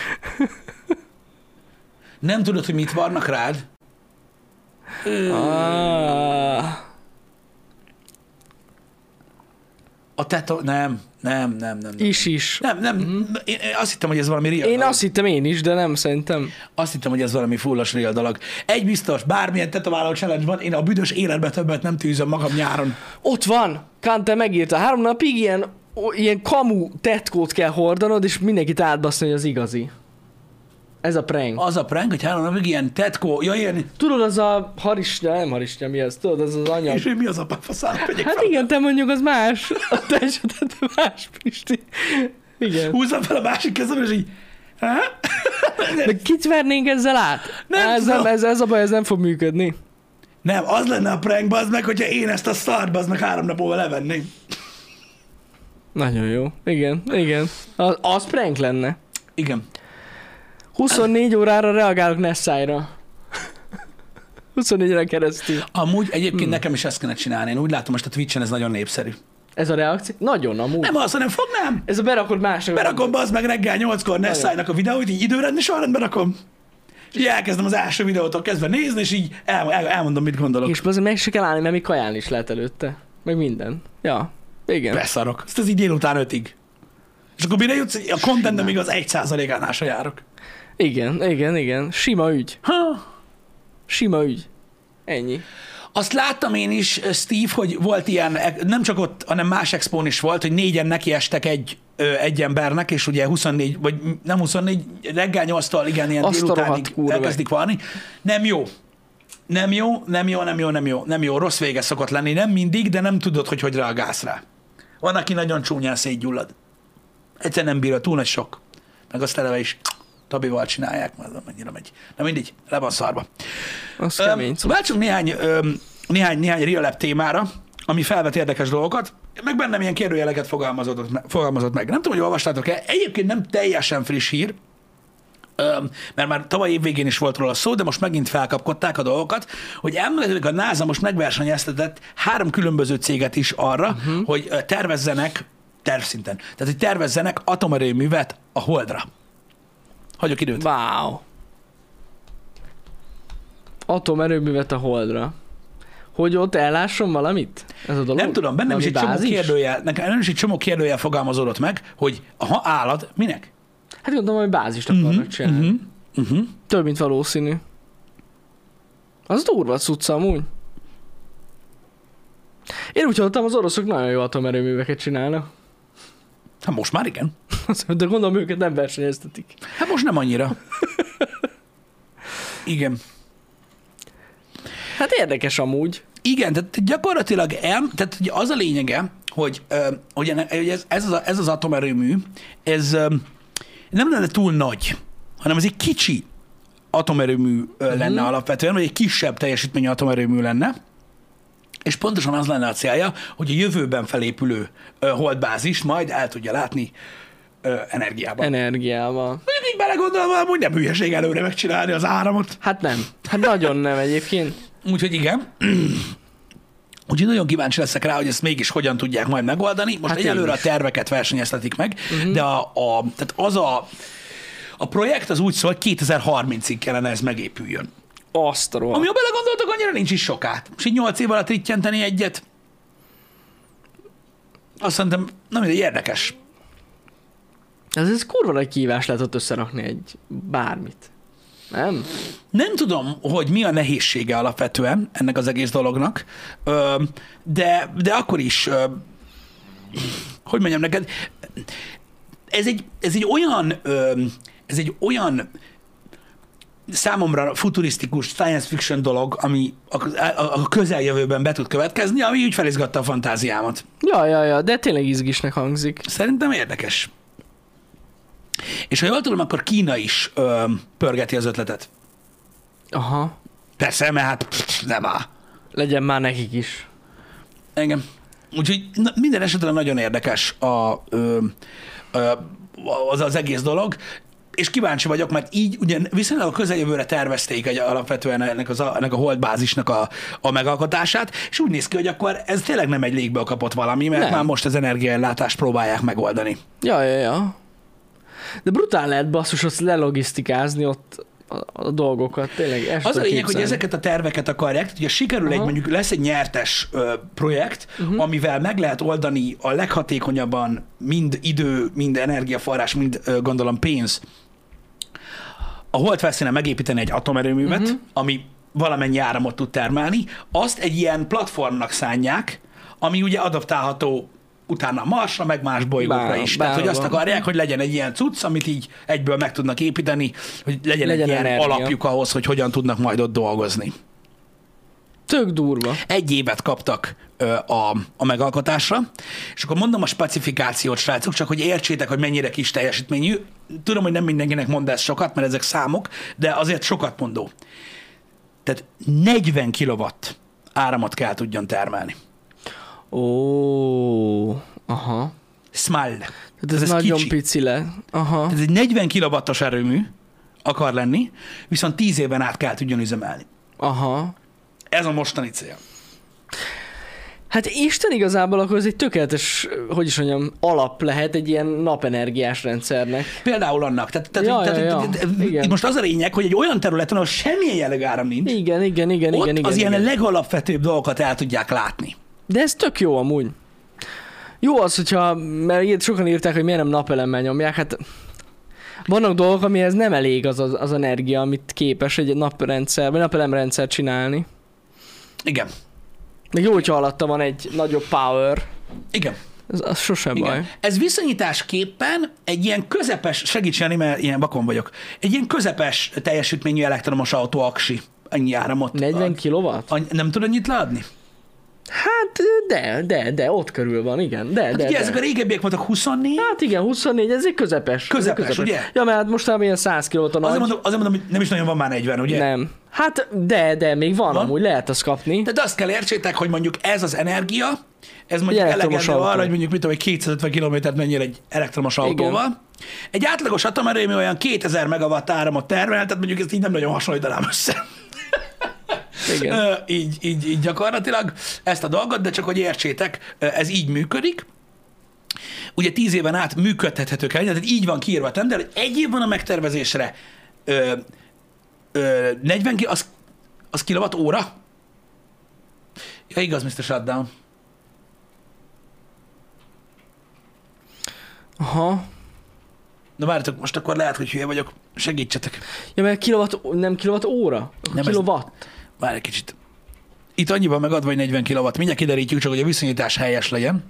Nem tudod, hogy mit varnak rád? Ah. A nem. Is. Nem. Én azt hittem, hogy ez valami real Én dolog. azt hittem én is, de nem szerintem. Azt hittem, hogy ez valami fullos real dolog. Egy biztos, bármilyen tetováló challenge van, én a büdös életbe többet nem tűzöm magam nyáron. Ott van, Kante megírta, 3 napig ilyen kamu tetkót kell hordanod, és mindenkit átbaszni, hogy az igazi. Ez a prank. Az a prank, hogy 3 napig ilyen tetkó, ja ilyen, Tudod, az a harisnya, nem harisnya, mi az? Tudod, az az anyag. és mi az a faszának megyek Hát fel? igen, te mondjuk az más. A te eseted más, Pisti. Igen. Húzzam fel a másik kezem, és így, De kit vernénk ezzel át? Nem ez, tudom. ez a baj, ez nem fog működni. nem, az lenne a prank, bazd meg, hogyha én ezt a szart, bazd meg 3 nap múlva levenném. Nagyon jó. Igen. Az prank lenne. Igen. 24 órára reagálok Nessai-ra. 24 órán keresztül. Amúgy egyébként nekem is ezt kéne csinálni. Én úgy látom, most a Twitch-en ez nagyon népszerű. Ez a reakció? Nagyon amúgy. Nem az, hanem fognám. Ez a berakod másnak. Berakom bazd meg reggel 8-kor Nessai-nak a videóit, így időrendi sorrendben rakom. És így elkezdem az első videótól kezdve nézni, és így elmondom, mit gondolok. És azért meg se kell állni, mert még kajálni is lehet előtte. Meg minden. Ja, igen. Beszarok. Ezt az így délután 5-ig. És akkor mire jutsz, a content még az 1%-ánál se járok. Igen. Sima ügy. Sima ügy. Ennyi. Azt láttam én is, Steve, hogy volt ilyen, nem csak ott, hanem más expón is volt, hogy 4-en nekiestek egy embernek, és ugye 24, vagy nem 24, reggel 8-tól, igen, ilyen délutánig elkezdik valni. Nem jó. Rossz vége szokott lenni, nem mindig, de nem tudod, hogy reagálsz rá. Van, aki nagyon csúnyán szétgyullad. Egyszer nem bírja, túl nagy sok. Meg azt eleve is Tabival csinálják, mert mennyire megy. Na mindig, le van szarva. Az kemény. Váltsunk néhány real témára, ami felvet érdekes dolgokat, meg bennem ilyen kérdőjeleket fogalmazott meg. Nem tudom, hogy olvastátok-e, egyébként nem teljesen friss hír, mert már tavaly év végén is volt róla szó, de most megint felkapkodták a dolgokat, hogy elméletileg a NASA most megversenyeztetett 3 különböző céget is arra, hogy tervezzenek tervszinten. Tehát, hogy tervezzenek atomerőművet a Holdra. Hagyok időt. Wow. Atomerőművet a Holdra. Hogy ott ellásson valamit? Ez a dolog? Nem tudom, bennem is egy csomó kérdőjel fogalmazódott meg, hogy ha állat, minek? Hát gondolom, hogy bázist akarnak csinálni. Több, mint valószínű. Az durva cucca amúgy. Én úgy hallottam, az oroszok nagyon jó atomerőműveket csinálnak. Hát most már igen. De gondolom, őket nem versenyeztetik. Hát most nem annyira. Igen. Hát érdekes amúgy. Igen, tehát gyakorlatilag tehát az a lényege, hogy ez az atomerőmű, ez nem lenne túl nagy, hanem ez egy kicsi atomerőmű lenne alapvetően, vagy egy kisebb teljesítményű atomerőmű lenne, és pontosan az lenne a célja, hogy a jövőben felépülő holdbázist majd el tudja látni energiában. Mondjuk így belegondolva, hogy nem hülyeség előre megcsinálni az áramot. Hát nem. Hát nagyon nem egyébként. Úgyhogy igen. Úgyhogy nagyon kíváncsi leszek rá, hogy ezt mégis hogyan tudják majd megoldani. Most hát egyelőre a terveket versenyeztetik meg, de tehát az a projekt az úgy szól, hogy 2030-ig kellene ez megépüljön. Azt a rohadt. Ami, ha belegondoltak, annyira nincs is sokát. És így 8 év alatt rittyenteni egyet. Azt szerintem, nem mindegy, érdekes. Ez kurva nagy kihívás lehet ott összerakni egy bármit. Nem? Nem tudom, hogy mi a nehézsége alapvetően ennek az egész dolognak, de akkor is, hogy mondjam neked, ez egy olyan számomra futurisztikus science fiction dolog, ami a közeljövőben be tud következni, ami úgy felizgatta a fantáziámat. Ja, de tényleg izgisnek hangzik. Szerintem érdekes. És ha jól tudom, akkor Kína is pörgeti az ötletet. Aha. Persze, mert hát nem áll. Legyen már nekik is. Engem. Úgyhogy minden esetben nagyon érdekes az egész dolog, és kíváncsi vagyok, mert így ugye viszonylag a közeljövőre tervezték alapvetően ennek a holdbázisnak a megalkotását, és úgy néz ki, hogy akkor ez tényleg nem egy légből kapott valami, mert már most az energiaellátást próbálják megoldani. Ja. De brutál lehet basszus ott lelogisztikázni ott a dolgokat, tényleg. Az a lényeg, hogy ezeket a terveket akarják, hogy sikerül mondjuk lesz egy nyertes projekt, amivel meg lehet oldani a leghatékonyabban mind idő, mind energiaforrás, mind gondolom pénz a holdfelszínen megépíteni egy atomerőművet, ami valamennyi áramot tud termelni, azt egy ilyen platformnak szánják, ami ugye adaptálható utána Marsra, meg más bolygókra is. Tehát, hogy azt akarják, hogy legyen egy ilyen cucc, amit így egyből meg tudnak építeni, hogy legyen egy ilyen alapjuk ahhoz, hogy hogyan tudnak majd ott dolgozni. Tök durva. 1 évet kaptak a megalkotásra, és akkor mondom a specifikációt, srácok, csak hogy értsétek, hogy mennyire kis teljesítményű. Tudom, hogy nem mindenkinek mond ez sokat, mert ezek számok, de azért sokat mondó. Tehát 40 kilowatt áramot kell tudjon termelni. Ó, aha. Small. Tehát ez nagyon kicsi. Pici le. Aha. Ez egy 40 kilowattos erőmű akar lenni, viszont 10 éven át kell tudjon üzemelni. Aha. Ez a mostani cél. Hát Isten igazából akkor ez egy tökéletes, hogy is mondjam, alap lehet egy ilyen napenergiás rendszernek. Például annak. Igen. Itt most az a lényeg, hogy egy olyan területen, ahol semmilyen jellegű áram nincs, Igen. az ilyen legalapvetőbb dolgokat el tudják látni. De ez tök jó amúgy. Jó az, hogyha, mert ilyet sokan írták, hogy miért nem napelemmel nyomják, hát vannak dolgok, amihez nem elég az energia, amit képes egy naprendszer, vagy napelemrendszer csinálni. Igen. Még jó, hogyha alatta van egy nagyobb power. Igen. Az sosem Igen. baj. Ez viszonyításképpen egy ilyen közepes, segítsen, mert ilyen vakon vagyok, egy ilyen közepes teljesítményű elektromos autó aksi. Annyi áramot. 40 kW? Nem tud annyit leadni? Hát de, ott körül van, igen. Ugye ezek a régebbiek voltak 24? Hát igen, 24, ez egy közepes. Közepes, ugye? Ja, mert hát mostában ilyen 100 kW a nagy. Azért mondom, hogy nem is nagyon van már 40, ugye? Nem. Hát de, még van amúgy, lehet azt kapni. De azt kell értsétek, hogy mondjuk ez az energia, ez mondjuk elegendő arra, hogy mondjuk mit tudom, 250 kilométert menjél egy elektromos autóval. Igen. Egy átlagos atomerőmű olyan 2000 megawatt áramot termel, tehát mondjuk ezt így nem nagyon hasonlítanám össze. Igen. Így gyakorlatilag ezt a dolgot, de csak hogy értsétek, ez így működik. Ugye 10 éven át működtethető kell, tehát így van kiírva a tender, hogy egy év van a megtervezésre, 40 az kilowatt óra? Ja, igaz, Mr. Shutdown. Aha. Na várjatok, most akkor lehet, hogy hülye vagyok. Segítsetek. Ja, mert nem kilowatt óra? Nem kilowatt. Várj egy kicsit. Itt annyiban megadva, hogy 40 kilowatt. Mindjárt kiderítjük, csak hogy a viszonyítás helyes legyen.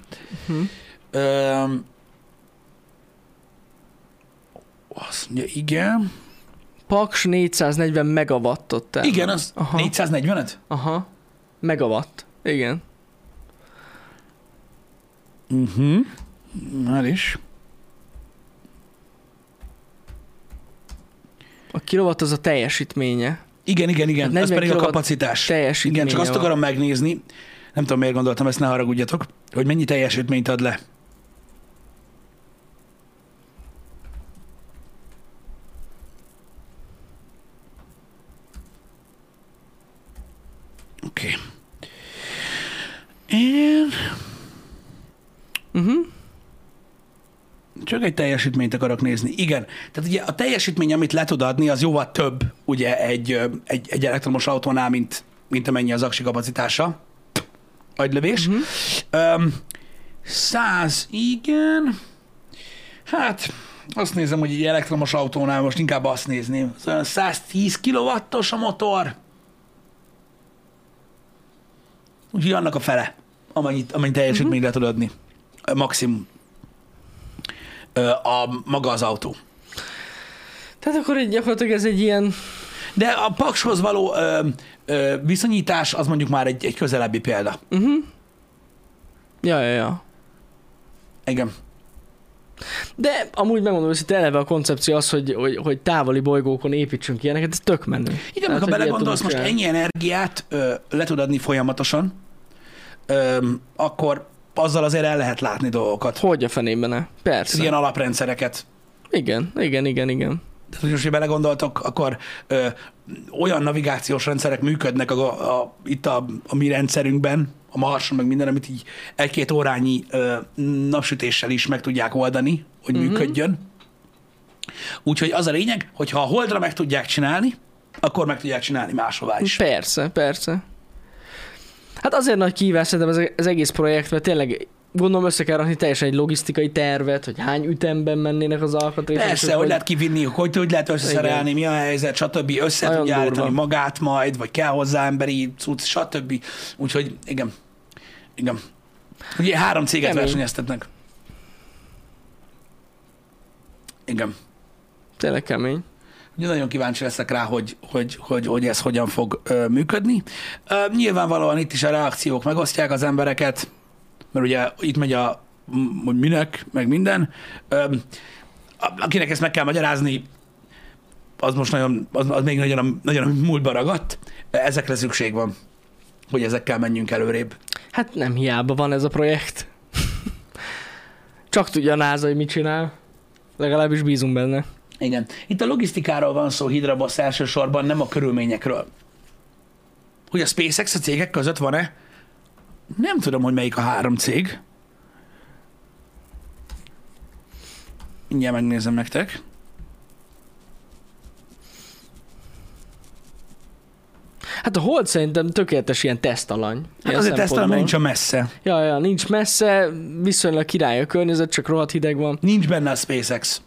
Azt mondja, igen. Paks 440 megawattot termel. Igen, az 440-et? Aha. Megawatt. Igen. Már is. A kilowatt az a teljesítménye. Igen. Ez pedig a kapacitás. Igen, csak azt akarom megnézni, nem tudom miért gondoltam, ezt ne haragudjatok, hogy mennyi teljesítményt ad le. Oké. Én... Csak egy teljesítményt akarok nézni. Igen. Tehát ugye a teljesítmény, amit le tud adni, az jóval több ugye egy elektromos autónál, mint amennyi az aksi kapacitása. Agylövés. 100, igen. Hát, azt nézem, hogy egy elektromos autónál most inkább azt nézném. 110 kW-os a motor. Úgyhogy annak a fele, amennyi teljesítményt le tud adni. Maximum. Maga az autó. Tehát akkor gyakorlatilag ez egy ilyen... De a Pakshoz való viszonyítás az mondjuk már egy közelebbi példa. Ja. Igen. De amúgy megmondom, hogy eleve a koncepció az, hogy távoli bolygókon építsünk ilyeneket, ez tök menő. Igen, mert ha belegondolsz, most ennyi energiát le tud adni folyamatosan, akkor azzal azért el lehet látni dolgokat. Hogy a fenében ne? Persze. Ilyen alaprendszereket. Igen. Tehát, hogy most, hogy belegondoltok, akkor olyan navigációs rendszerek működnek itt a mi rendszerünkben, a Marson, meg minden, amit így 1-2 órányi napsütéssel is meg tudják oldani, hogy működjön. Úgyhogy az a lényeg, hogy ha a Holdra meg tudják csinálni, akkor meg tudják csinálni máshová is. Persze. Hát azért nagy kihívás szerintem az egész projekt, mert tényleg gondolom össze kell rakni teljesen egy logisztikai tervet, hogy hány ütemben mennének az alkatrészek. Persze, hogy lehet kivinni, hogy lehet összeszerelni, mi a helyzet, stb. Össze tudja állítani magát majd, vagy kell hozzá emberi cucc, stb. Úgyhogy igen. Ugye 3 céget versenyeztetnek. Igen. Tényleg kemény. Ugye nagyon kíváncsi leszek rá, hogy ez hogyan fog működni. Nyilvánvalóan itt is a reakciók megosztják az embereket, mert ugye itt megy hogy minek, meg minden. Akinek ezt meg kell magyarázni, az most az még nagyon múltba ragadt. Ezekre szükség van, hogy ezekkel menjünk előrébb. Hát nem hiába van ez a projekt. Csak tudja a NASA, hogy mit csinál. Legalábbis bízunk benne. Igen. Itt a logisztikáról van szó, Hydrabosz, elsősorban, nem a körülményekről. Hogy a SpaceX a cégek között van-e Nem tudom, hogy melyik a 3 cég. Mindjárt megnézem nektek. Hát a Hold szerintem tökéletes ilyen tesztalany. Hát azért tesztelem, nincs a messze. Ja, nincs messze, viszonylag király a környezet, csak rohadt hideg van. Nincs benne a SpaceX.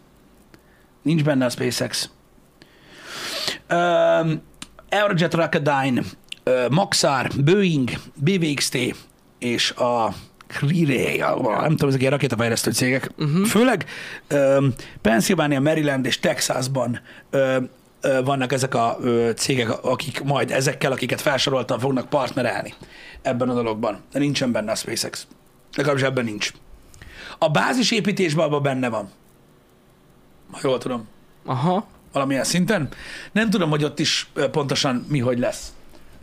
Aerojet Rocketdyne, Maxar, Boeing, BWXT és a Crire, nem tudom, ezek ilyen rakétafejlesztő cégek. Főleg Pennsylvania, Maryland és Texasban vannak ezek a cégek, akik majd ezekkel, akiket felsoroltam, fognak partnerelni ebben a dologban. De nincsen benne a SpaceX. Legalábbis ebben nincs. A bázisépítésben abban benne van. Ha jól tudom. Aha. Valamilyen szinten. Nem tudom, hogy ott is pontosan mi, hogy lesz.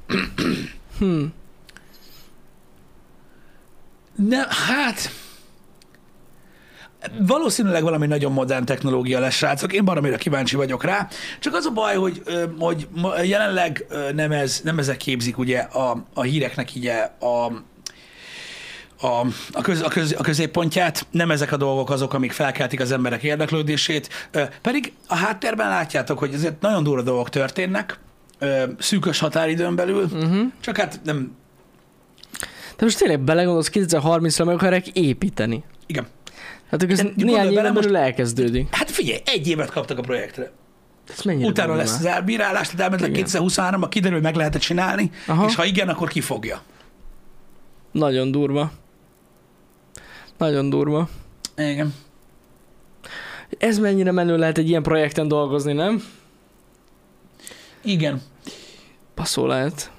Nem, hát... Valószínűleg valami nagyon modern technológia lesz, srácok. Én baromira kíváncsi vagyok rá. Csak az a baj, hogy jelenleg nem ezek képzik ugye a híreknek ugye a középpontját, nem ezek a dolgok azok, amik felkeltik az emberek érdeklődését, pedig a háttérben látjátok, hogy azért nagyon durva dolgok történnek, szűkös határidőn belül, csak hát nem... De most tényleg belegondolsz, 2030-ra meg akarják építeni. Igen. Hát ez néhány éven belül elkezdődik. Hát figyelj, 1 évet kaptak a projektre. Utána lesz az elbírálás, tehát elmentek 2023-ban, kiderül, hogy meg lehet csinálni, és ha igen, akkor ki fogja. Nagyon durva. Nagyon durva. Igen. Ez mennyire menő lehet egy ilyen projekten dolgozni, nem? Igen. Passzó lehet.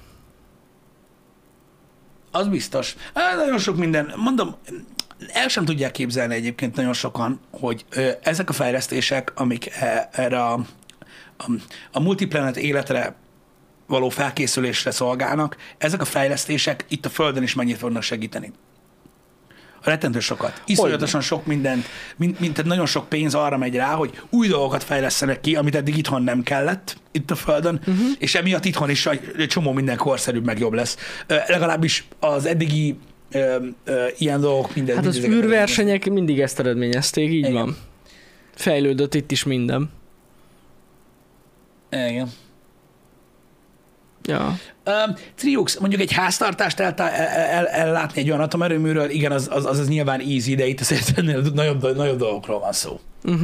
Az biztos. Nagyon sok minden. Mondom, el sem tudják képzelni egyébként nagyon sokan, hogy ezek a fejlesztések, amik erre a multiplanet életre való felkészülésre szolgálnak, ezek a fejlesztések itt a Földön is mennyit fognak segíteni. Rettentő sokat. Iszonyatosan sok mindent, mint nagyon sok pénz arra megy rá, hogy új dolgokat fejlesztenek ki, amit eddig itthon nem kellett itt a Földön, és emiatt itthon is egy csomó minden korszerűbb meg jobb lesz. Legalábbis az eddigi ilyen dolgok minden. Hát az űrversenyek mindig ezt eredményezték, így igen. Van. Fejlődött itt is minden. Igen. Ja. Triux, mondjuk egy háztartást ellátni egy olyan atomerőműről, igen, az nyilván easy, de itt azért nagyobb dolgokról van szó.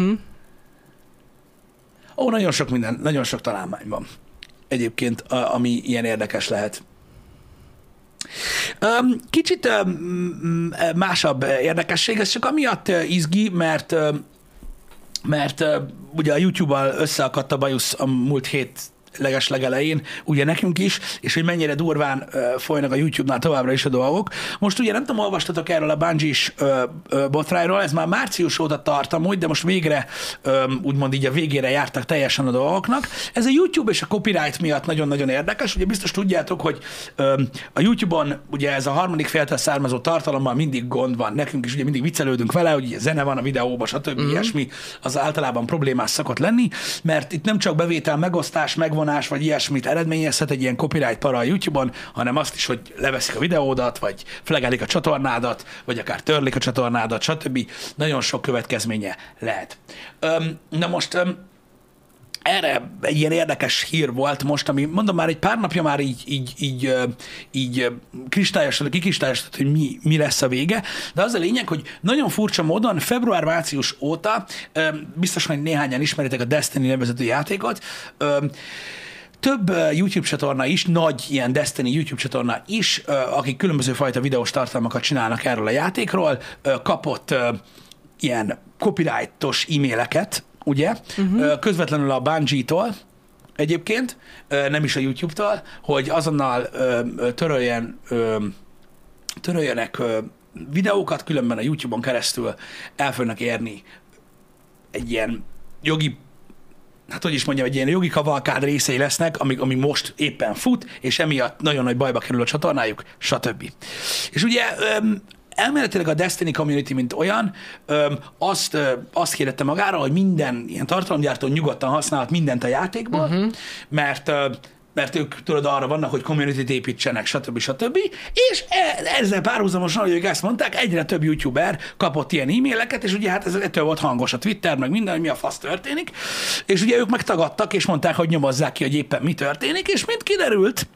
Nagyon sok minden, nagyon sok találmány van egyébként, ami ilyen érdekes lehet. Kicsit másabb érdekesség, ez csak amiatt izgi, mert ugye a YouTube-bal összeakadt a bajusz a múlt hét legelején, ugye nekünk is, és hogy mennyire durván folynak a YouTube-nál továbbra is a dolgok. Most ugye nem tudom, olvastatok erről a Bungie-s botrájról, ez már március óta tart amúgy, de most végre, úgymond így a végére jártak teljesen a dolgoknak. Ez a YouTube és a copyright miatt nagyon-nagyon érdekes. Ugye biztos tudjátok, hogy a YouTube-on ugye ez a harmadik féltől származó tartalommal mindig gond van. Nekünk is ugye mindig viccelődünk vele, hogy ugye zene van a videóban, stb. Ilyesmi, az általában problémás szokott lenni, mert itt nem csak bevétel, megosztás, megvonás, vagy ilyesmit eredményezhet egy ilyen copyright para a YouTube-on, hanem azt is, hogy leveszik a videódat, vagy flagelik a csatornádat, vagy akár törlik a csatornádat, stb. Nagyon sok következménye lehet. Na most erre egy ilyen hír volt most, ami mondom már egy pár napja már így kikristályosodott, hogy mi lesz a vége, de az a lényeg, hogy nagyon furcsa módon február-március óta, biztos, hogy néhányan ismeritek a Destiny nevezetű játékot, több YouTube csatorna is, nagy ilyen Destiny YouTube csatorna is, akik különböző fajta videós tartalmakat csinálnak erről a játékról, kapott ilyen copyrightos e-maileket, ugye, közvetlenül a Bungie-tól egyébként, nem is a YouTube-tól, hogy azonnal töröljenek videókat, különben a YouTube-on keresztül el fognak érni egy ilyen jogi, hát hogy is mondjam, egy ilyen jogi kavalkád részei lesznek, ami most éppen fut, és emiatt nagyon nagy bajba kerül a csatornájuk, stb. És ugye elméletileg a Destiny community, mint olyan, azt kérette magára, hogy minden ilyen tartalomgyártó nyugodtan használhat mindent a játékból, mert mert ők tudod arra vannak, hogy community-t építsenek, stb. És ezzel párhuzamosan, hogy ők ezt mondták, egyre több youtuber kapott ilyen e-maileket, és ugye hát ez ettől volt hangos a Twitter, meg minden, hogy mi a fasz történik, és ugye ők megtagadtak, és mondták, hogy nyomozzák ki, hogy éppen mi történik, és mint kiderült,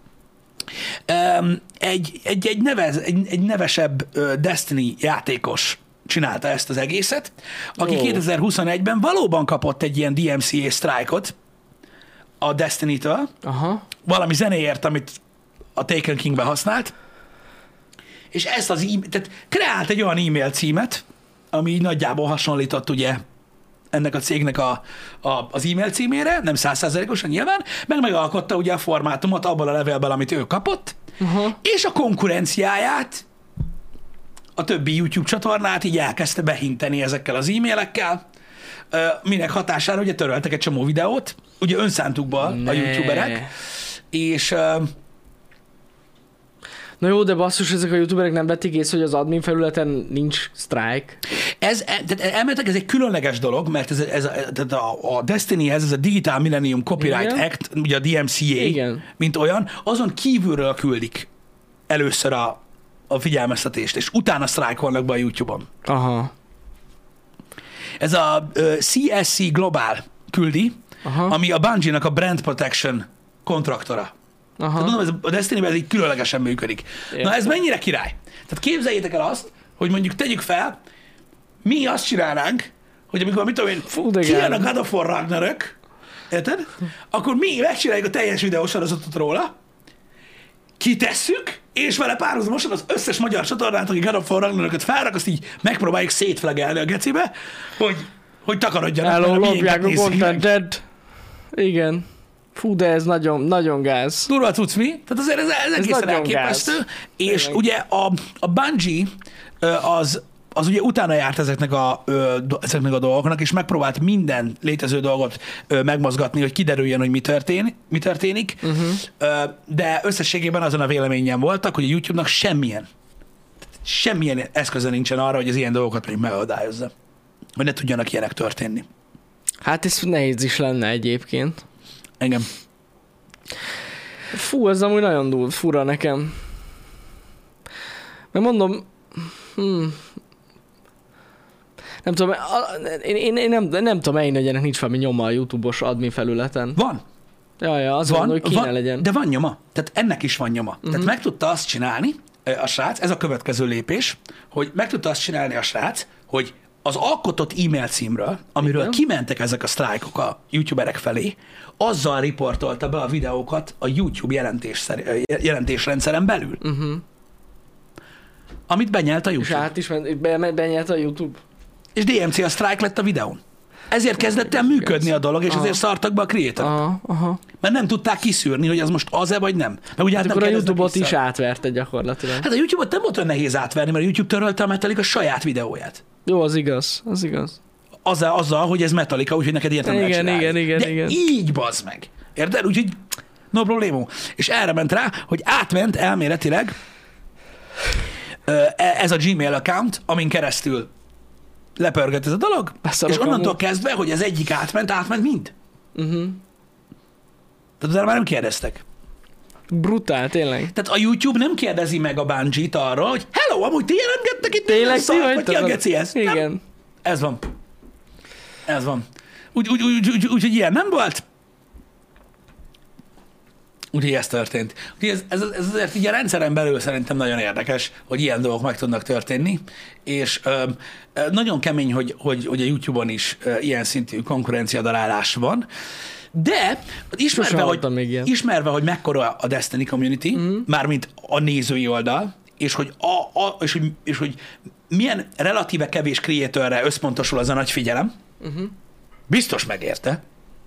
egy nevesebb Destiny játékos csinálta ezt az egészet, aki 2021-ben valóban kapott egy ilyen DMCA strike-ot a Destiny-től, valami zenéért, amit a Taken King-ben használt, és ezt tehát kreált egy olyan e-mail címet, ami így nagyjából hasonlított ugye ennek a cégnek az e-mail címére, nem 100%-osan nyilván, meg megalkotta ugye a formátumot abban a levelben, amit ő kapott, és a konkurenciáját, a többi YouTube csatornát így elkezdte behinteni ezekkel az e-mailekkel, minek hatására ugye töröltek egy csomó videót, ugye önszántukban a youtuberek, és... Na jó, de basszus, ezek a youtuberek nem vették észre, hogy az admin felületen nincs strike. Elméletileg ez egy különleges dolog, mert tehát a Destinyhez, ez a Digital Millennium Copyright Act, ugye a DMCA, mint olyan, azon kívülről küldik először a figyelmeztetést, és utána sztrájkolnak be a YouTube-on. Aha. Ez a CSC Global küldi, ami a Bungie-nak a Brand Protection kontraktora. Tehát mondom, a Destiny-ben ez így különlegesen működik. Értem. Na ez mennyire király? Tehát képzeljétek el azt, hogy mondjuk tegyük fel, mi azt csinálnánk, hogy amikor, mit tudom én, kijön a God of War Ragnarök, érted? Akkor mi megcsináljuk a teljes videósorozatot róla, kitesszük, és vele párhuzamosan az összes magyar csatornát, aki God of War Ragnarököt felrak, azt így megpróbáljuk szétflegelni a gecibe, hogy takarodjanak. Lopják a contentet. Igen. Fú, de ez nagyon, nagyon gáz. Durva tudsz mi? Tehát azért ez egészen elképesztő. És tényleg. Ugye a Bungie az ugye utána járt ezeknek a dolgoknak, és megpróbált minden létező dolgot megmozgatni, hogy kiderüljön, hogy mi történik. De összességében azon a véleményen voltak, hogy a YouTube-nak semmilyen eszköze nincsen arra, hogy az ilyen dolgokat még megakadályozza. Hogy ne tudjanak ilyenek történni. Hát ez nehéz is lenne egyébként. Engem. Fú, ez amúgy nagyon fura nekem. Mert mondom, nem tudom, én nem tudom eljönni, hogy ennek nincs valami nyoma a YouTube-os admin felületen. Van. Ja, az van, hogy kéne legyen. De van nyoma. Tehát ennek is van nyoma. Tehát meg tudta azt csinálni a srác, ez a következő lépés, hogy meg tudta azt csinálni a srác, hogy az alkotott e-mail címről, amiről kimentek ezek a sztrájkok a youtuberek felé, azzal riportolta be a videókat a YouTube jelentésrendszeren belül. Amit benyelt a YouTube. És át is benyelt a YouTube. És DMCA strike lett a videón. Ezért kezdett el működni a dolog, és ezért szartak be a creatorok. Mert nem tudták kiszűrni, hogy ez most az-e vagy nem. Mert ugye akkor a YouTube-ot is átverte gyakorlatilag. Hát a YouTube-ot nem volt olyan nehéz átverni, mert a YouTube törölte a Metallica saját videóját. Jó, az igaz, az igaz. Azzal, hogy ez Metallica, úgyhogy neked ilyet nem lehet csinálni. Igen. Így bazd meg. Érted? Úgyhogy no problémó. És erre ment rá, hogy átment elméletileg ez a Gmail account, amin keresztül lepörgött ez a dolog, és onnantól kezdve, hogy az egyik átment mind. Tehát erre már nem kérdeztek. Brutál, tényleg. Tehát a YouTube nem kérdezi meg a Bungie-t arról, hogy hello, amúgy ti jelentgettek itt tényleg szart, vagy ki a geci ez? Igen. Nem? Ez van. Ez van. Úgyhogy ilyen nem volt. Úgyhogy ez történt. Úgyhogy ez azért így a rendszeren belül szerintem nagyon érdekes, hogy ilyen dolgok meg tudnak történni, és nagyon kemény, hogy a YouTube-on is ilyen szintű konkurenciadarálás van, de ismerve, hogy mekkora a Destiny community, mármint a nézői oldal, és hogy milyen relatíve kevés creatorre összpontosul az a nagy figyelem, biztos megérte.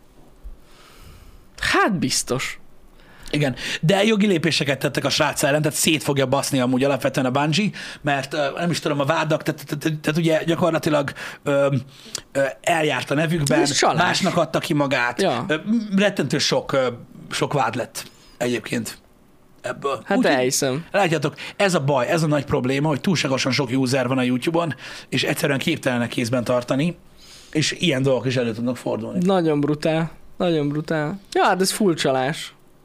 Hát biztos. Igen, de jogi lépéseket tettek a srác ellen, tehát szét fogja baszni amúgy alapvetően a Bungie, mert nem is tudom, a vádak, tehát ugye gyakorlatilag eljárt a nevükben, másnak adta ki magát, rettentő sok vád lett egyébként ebből. Hát elhiszem. Látjátok, ez a baj, ez a nagy probléma, hogy túlságosan sok user van a YouTube-on, és egyszerűen képtelenek kézben tartani, és ilyen dolgok is elő tudnak fordulni. Nagyon brutál. Nagyon brutál. Ja, hát ez full csalás.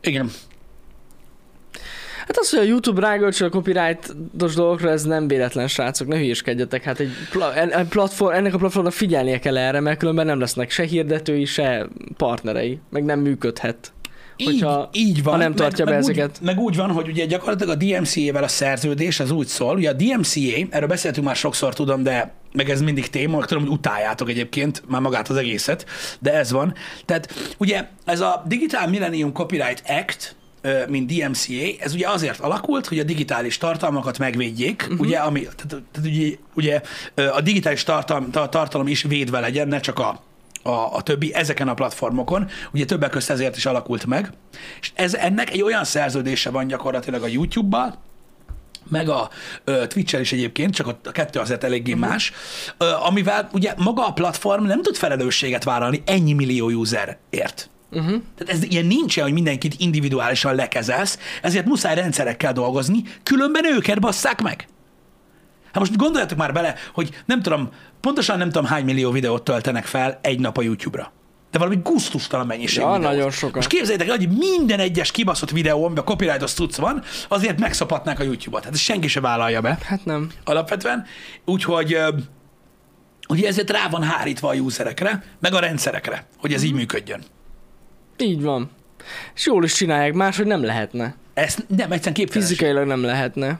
Igen. Hát az, hogy a YouTube rágölcsön a copyrightos dolgokra, ez nem véletlen, srácok, ne hülyeskedjetek. Hát ennek a platformnak figyelnie kell erre, mert különben nem lesznek se hirdetői, se partnerei, meg nem működhet. Így van. Ha nem tartja be ezeket. Meg úgy van, hogy ugye gyakorlatilag a DMCA-vel a szerződés az úgy szól, ugye a DMCA, erről beszéltünk már sokszor, tudom, de meg ez mindig téma, tudom, hogy utáljátok egyébként már magát az egészet, de ez van. Tehát ugye ez a Digital Millennium Copyright Act, mint DMCA, ez ugye azért alakult, hogy a digitális tartalmakat megvédjék, ugye, ugye a digitális tartalom is védve legyen, ne csak a többi ezeken a platformokon, ugye többek között ezért is alakult meg, és ennek egy olyan szerződése van gyakorlatilag a YouTube-bal, meg a Twitch-el is egyébként, csak a kettő azért eléggé más, amivel ugye maga a platform nem tud felelősséget vállalni ennyi millió userért. Tehát ez ilyen nincsen, hogy mindenkit individuálisan lekezelsz, ezért muszáj rendszerekkel dolgozni, különben őket basszák meg. Hát most gondoljatok már bele, hogy nem tudom, pontosan nem tudom hány millió videót töltenek fel egy nap a YouTube-ra. De valami gusztustalan mennyiség videót. Nagyon sokan. Most képzeljétek el, hogy minden egyes kibaszott videó, amiben copyrightos cucc van, azért megszopatnák a YouTube-ot. Hát ezt senki se vállalja be. Hát nem. Alapvetően. Úgyhogy ugye ezért rá van hárítva a userekre, meg a rendszerekre, hogy ez így működjön. Így van. És jól is csinálják, máshogy nem lehetne. Ez nem, egyszerűen képtelenség. Fizikailag nem lehetne.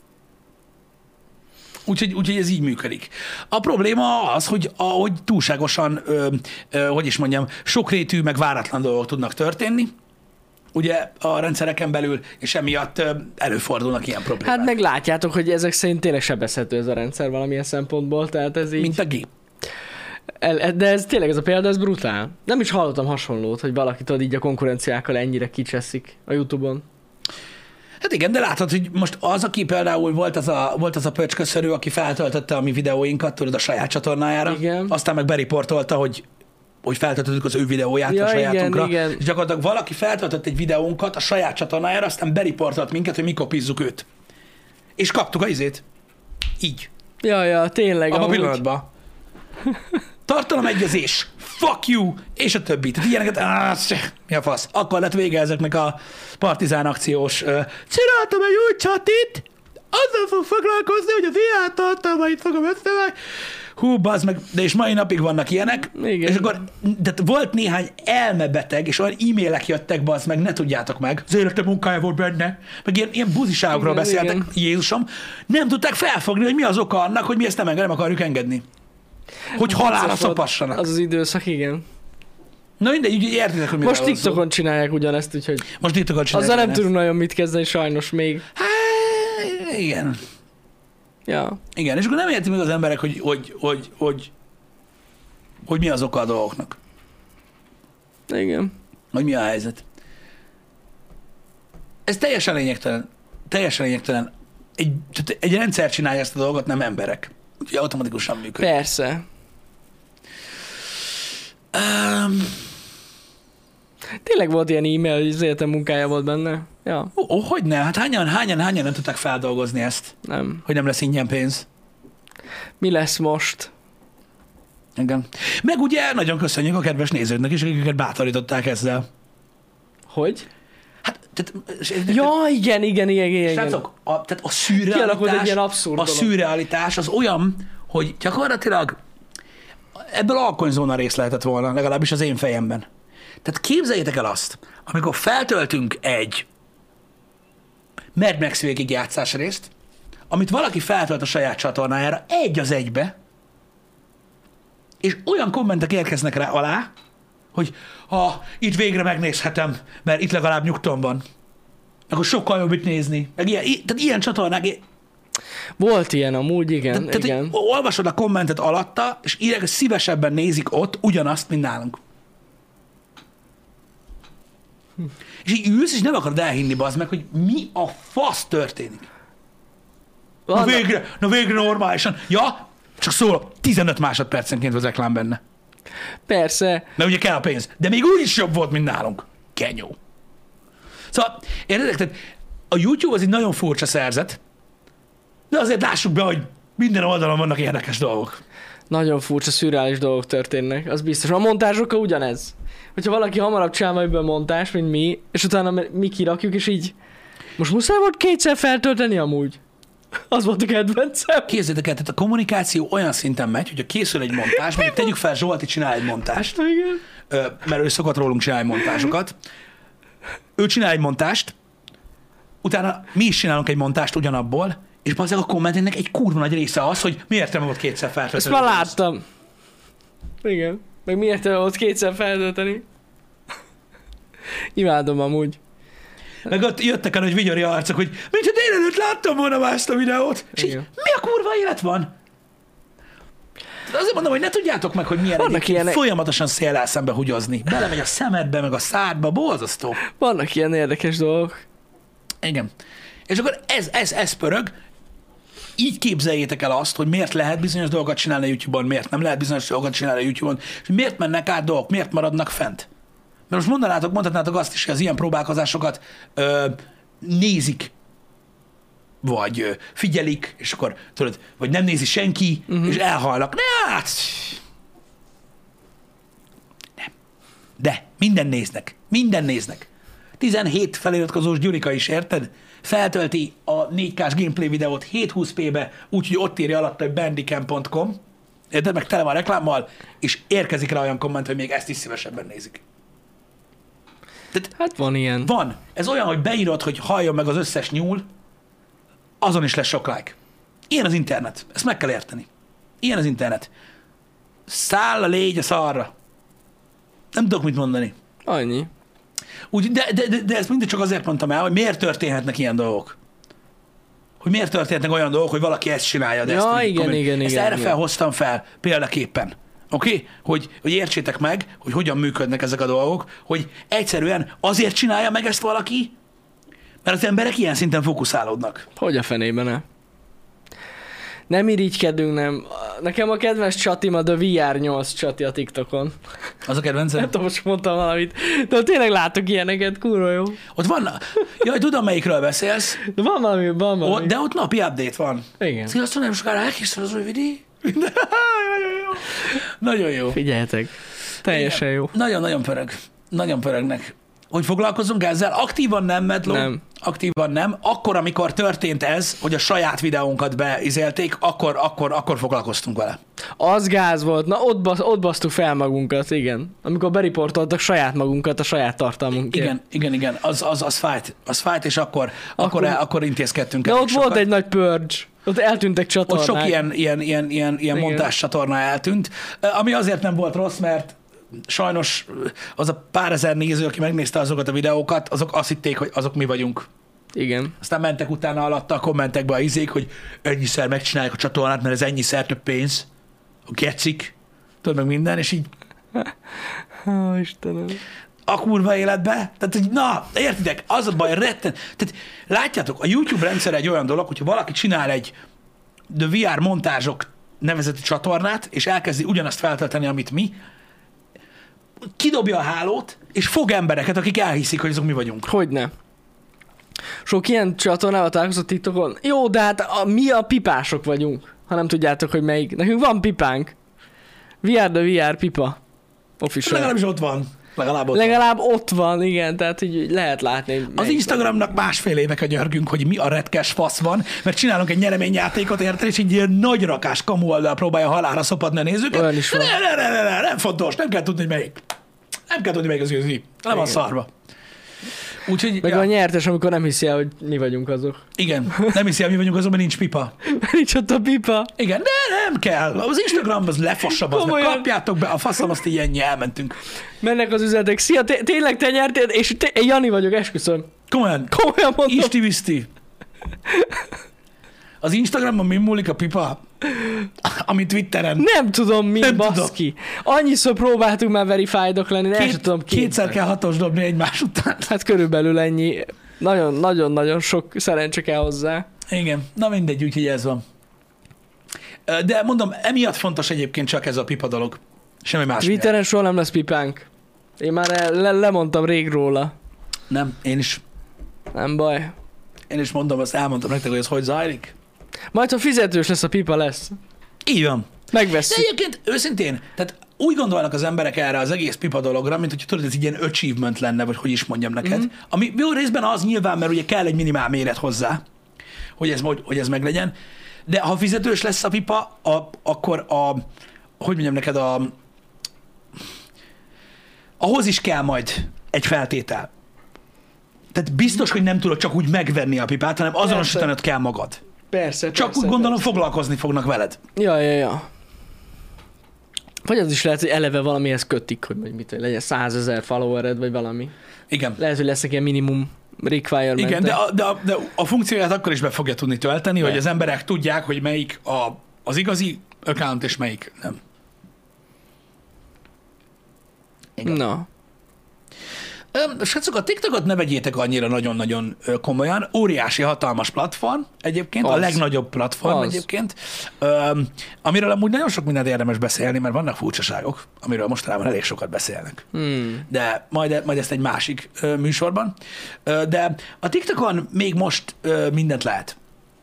Úgyhogy ez így működik. A probléma az, hogy túlságosan, hogy is mondjam, sokrétű, meg váratlan dolgok tudnak történni, ugye a rendszereken belül, és emiatt előfordulnak ilyen problémák. Hát meg látjátok, hogy ezek szerint tényleg sebezhető ez a rendszer valamilyen szempontból, tehát ez így... Mint a gép. De ez tényleg, ez a példa, ez brutál. Nem is hallottam hasonlót, hogy valaki tudod így a konkurenciákkal ennyire kicseszik a YouTube-on. Hát igen, de látod, hogy most az, aki például volt az a pöcsköszörű, aki feltöltötte a mi videóinkat, tudod, a saját csatornájára, igen. Aztán meg beriportolta, hogy feltöltöttük az ő videóját a sajátunkra, igen. és gyakorlatilag valaki feltöltött egy videónkat a saját csatornájára, aztán beriportolt minket, hogy mi kopizzuk őt. És kaptuk a izét. Így. Ja, tényleg. Abba a pillanatban. Tartalomegyezés, fuck you, és a többi. Tehát ilyeneket, mi a fasz. Akkor lett vége ezeknek a partizán akciós, csináltam egy új csatit, azzal fog foglalkozni, hogy az ilyen tartalmait fogom összevágni. Hú, bazd meg, de és mai napig vannak ilyenek. Igen. És akkor de volt néhány elmebeteg, és olyan e-mailek jöttek, bazd meg, ne tudjátok meg. Az életem munkája volt benne. Meg ilyen buziságokról beszéltek, igen. Jézusom. Nem tudták felfogni, hogy mi az oka annak, hogy mi ezt nem akarjuk engedni. Hogy halálra szopassanak. Az időszak, igen. Na mindegy, úgy értitek, hogy most TikTokon csinálják ugyanezt, úgyhogy... Most TikTokon csinálják. Azzal nem tudunk nagyon mit kezdeni, sajnos még. Hát, igen. Ja. Igen, és akkor nem értik meg az emberek, hogy mi az oka a dolgoknak. Igen. Hogy mi a helyzet. Ez teljesen lényegtelen. Teljesen lényegtelen. Egy rendszer csinálja ezt a dolgot, nem emberek. Úgyhogy automatikusan működik. Persze. Tényleg volt ilyen e-mail, hogy az életem munkája volt benne? Ja. Hogyne? Hát hányan nem tudták feldolgozni ezt? Nem. Hogy nem lesz ingyen pénz? Mi lesz most? Igen. Meg ugye nagyon köszönjük a kedves nézőknek is, akiket bátorították ezzel. Hogy? Hát, ja, igen. Srácok, tehát a szürrealitás az olyan, hogy gyakorlatilag ebből alkonyzóna rész lehetett volna, legalábbis az én fejemben. Tehát képzeljétek el azt, amikor feltöltünk egy Mad Max végig játszás részt, amit valaki feltölt a saját csatornájára egy az egybe, és olyan kommentek érkeznek rá alá, hogy itt végre megnézhetem, mert itt legalább nyugton van. Akkor sokkal jobb itt nézni. Tehát ilyen csatornák... Volt ilyen amúgy, igen. Tehát olvasod a kommentet alatta, és írják, hogy szívesebben nézik ott ugyanazt, mint nálunk. És így ülsz, és nem akarod elhinni, bazd meg, hogy mi a fasz történik. Na végre normálisan. Ja, csak szól, 15 másodpercenként az reklám benne. Persze. Mert ugye kell a pénz. De még úgy is jobb volt, mint nálunk. Kenyó. Szóval, értedek, tehát a YouTube az egy nagyon furcsa szerzet, de azért lássuk be, hogy minden oldalon vannak érdekes dolgok. Nagyon furcsa, szürreális dolgok történnek, az biztos. A montázsokkal ugyanez. Hogyha valaki hamarabb csinál ebből montást, mint mi, és utána mi kirakjuk, és így most muszáj volt kétszer feltölteni amúgy. Az volt a kedvencem. Képzeljétek el, tehát a kommunikáció olyan szinten megy, hogyha készül egy montázs, mondjuk tegyük fel, Zsolti csinál egy montást, Igen. mert ő szokott rólunk csinálni montásokat. Ő csinál egy montást, utána mi is csinálunk egy montást ugyanabból, és bazzeg a kommenteknek egy kurva nagy része az, hogy miért nem volt kétszer feltölteni. Ezt már láttam. Igen. Meg miért nem volt kétszer feltölteni? Imádom amúgy. Meg ott jöttek el, hogy vigyori arcok, hogy mintha délelőtt láttam volna már ezt a videót. És így, Igen. mi a kurva élet van? Tehát azért mondom, hogy ne tudjátok meg, hogy milyen Vannak egyébként ilyenek. folyamatosan széllel szembe hugyozni. Belemegy a szemedbe, meg a szádba, borzasztó. Vannak ilyen érdekes dolgok. Igen. És akkor ez pörög. Így képzeljétek el azt, hogy miért lehet bizonyos dolgokat csinálni a YouTube-on, miért nem lehet bizonyos dolgokat csinálni a YouTube-on, és miért mennek át dolgok, miért maradnak fent. Mert most mondhatnátok azt is, hogy az ilyen próbálkozásokat nézik, vagy figyelik, és akkor tudod, vagy nem nézi senki, és elhalnak. Ne, hát... Nem. De minden néznek. Minden néznek. 17 feliratkozós Gyurika is, érted? Feltölti a 4K-s gameplay videót 720p-be, úgyhogy ott írja alatta, hogy bandicam.com, érted? Meg tele van reklámmal, és érkezik rá olyan komment, hogy még ezt is szívesebben nézik. Tehát Hát van ilyen. van. Ez olyan, hogy beírod, hogy halljon meg az összes nyúl, azon is lesz sok like. Ilyen az internet. Ezt meg kell érteni. Ilyen az internet. Száll a légy a szarra. Nem tudok mit mondani. Annyi. Úgy, de ezt mindig csak azért mondtam el, hogy miért történhetnek ilyen dolgok. Hogy miért történhetnek olyan dolgok, hogy valaki ezt csinálja, de Ja, ezt nem igen, tudom én. igen, Ezt igen, erre igen. felhoztam fel példaképpen. Oké? Hogy értsétek meg, hogy hogyan működnek ezek a dolgok, hogy egyszerűen azért csinálja meg ezt valaki, mert az emberek ilyen szinten fókuszálódnak. Hogy a fenében ne? Nem irigykedünk, nem. Nekem a kedvenc csatim a The VR8 csati a TikTokon. Az a kedvencem? Nem tudom, most mondtam valamit. De tényleg látok ilyeneket, kurva jó. Ott van, jaj, tudom, melyikről beszélsz, De van valami. de ott napi update van. Igen. Sziasztok, nem sokára elkészül az új videó. Nagyon jó. Nagyon jó. Figyeljetek. Teljesen jó. Nagyon-nagyon pörög. Nagyon pörögnek. Hogy foglalkozunk ezzel? Aktívan nem, Medló. Nem. Aktívan nem. Akkor, amikor történt ez, hogy a saját videónkat beizélték, akkor foglalkoztunk vele. Az gáz volt. Na, ott basztuk fel magunkat, igen. Amikor beriportoltak saját magunkat a saját tartalmunkért. Igen. Az fájt. Az fájt, és akkor intézkedtünk. De elég ott volt sokat. egy nagy purge. Ott eltűntek Ott csatornák. sok ilyen montás csatorna eltűnt, ami azért nem volt rossz, mert sajnos az a pár ezer néző, aki megnézte azokat a videókat, azok azt hitték, hogy azok mi vagyunk. Igen. Aztán mentek utána alatta a kommentekbe a izék, hogy ennyiszer megcsinálják a csatornát, mert ez ennyiszer több pénz. A gecik. Tudod meg minden, és így Ó, Istenem. a kurva életbe. Tehát, hogy na, értitek, az a baj, retten. Tehát látjátok, a YouTube rendszer egy olyan dolog, hogyha valaki csinál egy The VR montázsok nevezetű csatornát, és elkezdi ugyanazt feltölteni, amit mi, kidobja a hálót, és fog embereket, akik elhiszik, hogy azok mi vagyunk. Hogyne. Sok ilyen csatornával találkozott TikTokon. Jó, de hát mi a pipások vagyunk, ha nem tudjátok, hogy melyik. Nekünk van pipánk. VR the VR pipa. Official. Legalábbis ott van. Legalább ott van, igen, tehát így lehet látni. Az melyik Instagramnak másfél évek a nyörgünk, hogy mi a retkes fasz van, mert csinálunk egy nyereményjátékot, érted, és egy ilyen nagy rakás kamu oldal próbálja halálra szopadni a nézőket. Olyan is van. Nem fontos, nem kell tudni, hogy melyik. Nem kell tudni, melyik az őzi. Nem van szarva. Úgyhogy, Meg a nyertes, amikor nem hiszi el, hogy mi vagyunk azok. igen, nem hiszi el, mi vagyunk azon, mert nincs pipa. Nincs ott a pipa. Igen, de nem kell. Az Instagram az lefossa, az meg Komolyan. kapjátok be, a faszom, azt így ennyi, elmentünk. Mennek az üzenetek. Szia, tényleg te nyertél? És én Jani vagyok, esküszöm. Komolyan, Komolyan mondom. Isti-viszti. Az Instagramon mi múlik a pipa? Ami Twitteren. Nem tudom mi, Nem baszki. Annyiszor próbáltunk már verified-ok lenni, nem sem tudom Kétszer kell hatos dobni egymás után. Hát körülbelül ennyi. Nagyon-nagyon sok szerencse kell hozzá. Igen, na mindegy, úgyhogy ez van. De mondom, emiatt fontos egyébként csak ez a pipa dolog. Semmi más. Twitteren soha nem lesz pipánk. Én már lemondtam rég róla. Nem, én Nem baj. is mondom, azt elmondtam nektek, hogy ez hogy zajlik. Majd ha fizetős lesz, a pipa lesz. Így van. De Megvesszük. egyébként őszintén, tehát úgy gondolnak az emberek erre az egész pipa dologra, mint hogy tudod, ez egy ilyen achievement lenne, vagy hogy is mondjam neked. Ami jó részben az nyilván, mert ugye kell egy minimál méret hozzá, hogy ez meglegyen. De ha fizetős lesz a pipa, akkor hogy mondjam neked, ahhoz is kell majd egy feltétel. Tehát biztos, hogy nem tudod csak úgy megvenni a pipát, hanem azonosítanod kell magad. Persze, Csak úgy gondolom, foglalkozni fognak veled. Ja. Vagy az is lehet, hogy eleve valamihez kötik, hogy mit legyen 100 000 followered, vagy valami. Igen. Lehet, hogy lesznek ilyen minimum requirement. Igen, de a funkcióját akkor is be fogja tudni tölteni, hogy az emberek tudják, hogy melyik az igazi account, és melyik nem. Igen. Na. Srácok, a TikTokot ne vegyétek annyira nagyon-nagyon komolyan. Óriási, hatalmas platform egyébként, a Az. legnagyobb platform egyébként, amiről amúgy nagyon sok mindent érdemes beszélni, mert vannak furcsaságok, amiről mostanában elég sokat beszélnek. De majd ezt egy másik műsorban. De a TikTokon még most mindent lehet.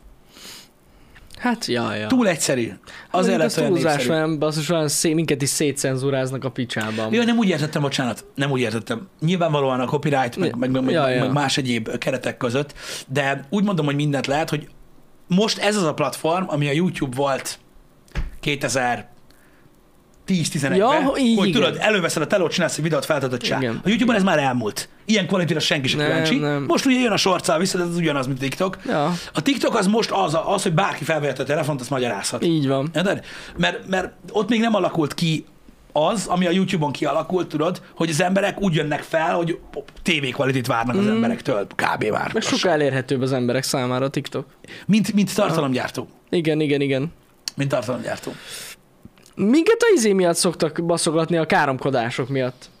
Hát, ja. Túl egyszerű. Azért lesz olyan túlzás, népszerű. mert basszus, olyan minket is szétcenzúráznak a picsában. Jó, nem úgy értettem, bocsánat, nem úgy értettem. Nyilvánvalóan a copyright, meg más egyéb keretek között, de úgy mondom, hogy mindent lehet, hogy most ez az a platform, ami a YouTube volt 2010-11-ben, Ja, így, hogy igen. tudod, előveszed a telót, csinálsz egy videót, feltöltöd csá. Igen. A YouTube-on ez már elmúlt. Ilyen kvalitára senki sem kíváncsi. Nem. Most ugye jön a shortszal vissza, de ez ugyanaz, mint a TikTok. Ja. A TikTok az most az, hogy bárki felvehette a telefont, azt magyarázhat. Így van. Érted? Mert ott még nem alakult ki az, ami a YouTube-on kialakult, tudod, hogy az emberek úgy jönnek fel, hogy tévékvalitit várnak az emberektől, kb. Már. Meg sokkal elérhetőbb az emberek számára a TikTok. Mint tartalomgyártó. Igen. Mint tartalomgyártó. Minket a izé miatt szoktak baszogatni, a káromkodások miatt.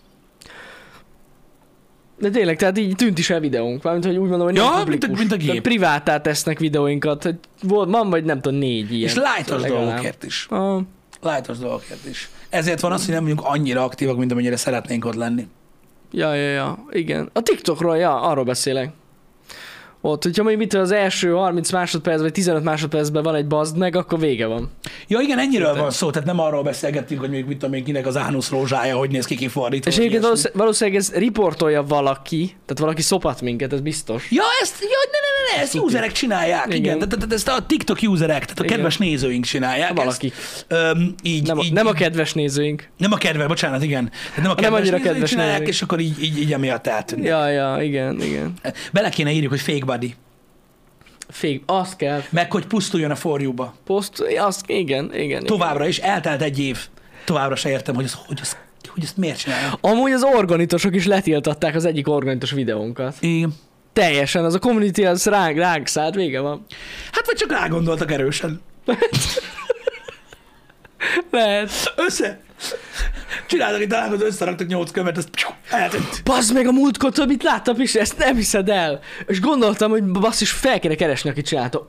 De tényleg, tehát így tűnt is el videónk, valamint, hogy úgy mondom, hogy nem Ja, publikus. mint a gép. Tehát privátá tesznek videóinkat. Hát van vagy nem tudom, 4 ilyen. És lájtos legalább. dolgokért is. Ah, Lájtos dolgokért is. Ezért van az, hogy nem vagyunk annyira aktívak, mint amennyire szeretnénk ott lenni. ja, igen. A TikTokról, arról beszélek. Ott, hogyha mondjuk az első 30 másodperc vagy 15 másodpercben van egy bazd meg, akkor vége van. Ja, igen, ennyiről van szó, tehát nem arról beszélgettünk, hogy még mit tudom én, kinek az ánusz rózsája, hogy néz ki kifordítva. És vagy egyébként ilyesmi. valószínűleg ez riportolja valaki, tehát valaki szopat minket, ez biztos. Ja, ezt userek csinálják, igen. Tehát ezt a TikTok userek, tehát a Igen. kedves nézőink csinálják. Valaki. Ezt. Így, Nem a kedves nézőink. nem a kedves, bocsánat, igen. Tehát nem a kedves annyira nézőink kedves csinálják, nézőink. és akkor így emiatt eltűnnek. Ja, igen. Bele kéne írjuk, hogy fake buddy. Azt kell. Meg hogy pusztuljon a for you-ba. Igen. Továbbra is, eltelt egy év. Továbbra se értem, hogy ezt miért csinálják. Amúgy az organitosok is letiltatták az egyik organitos videónkat. Igen. Teljesen, az a community az ránk szállt, vége van. Hát vagy csak rágondoltak erősen. Lehet. Csináltak egy találkozót, összeraktak 8 követ, ezt eltűnt. Bazd meg a múltkor, tudod, mit láttam is, ezt nem hiszed el. És gondoltam, hogy basszus, fel kéne keresni, aki csinálta.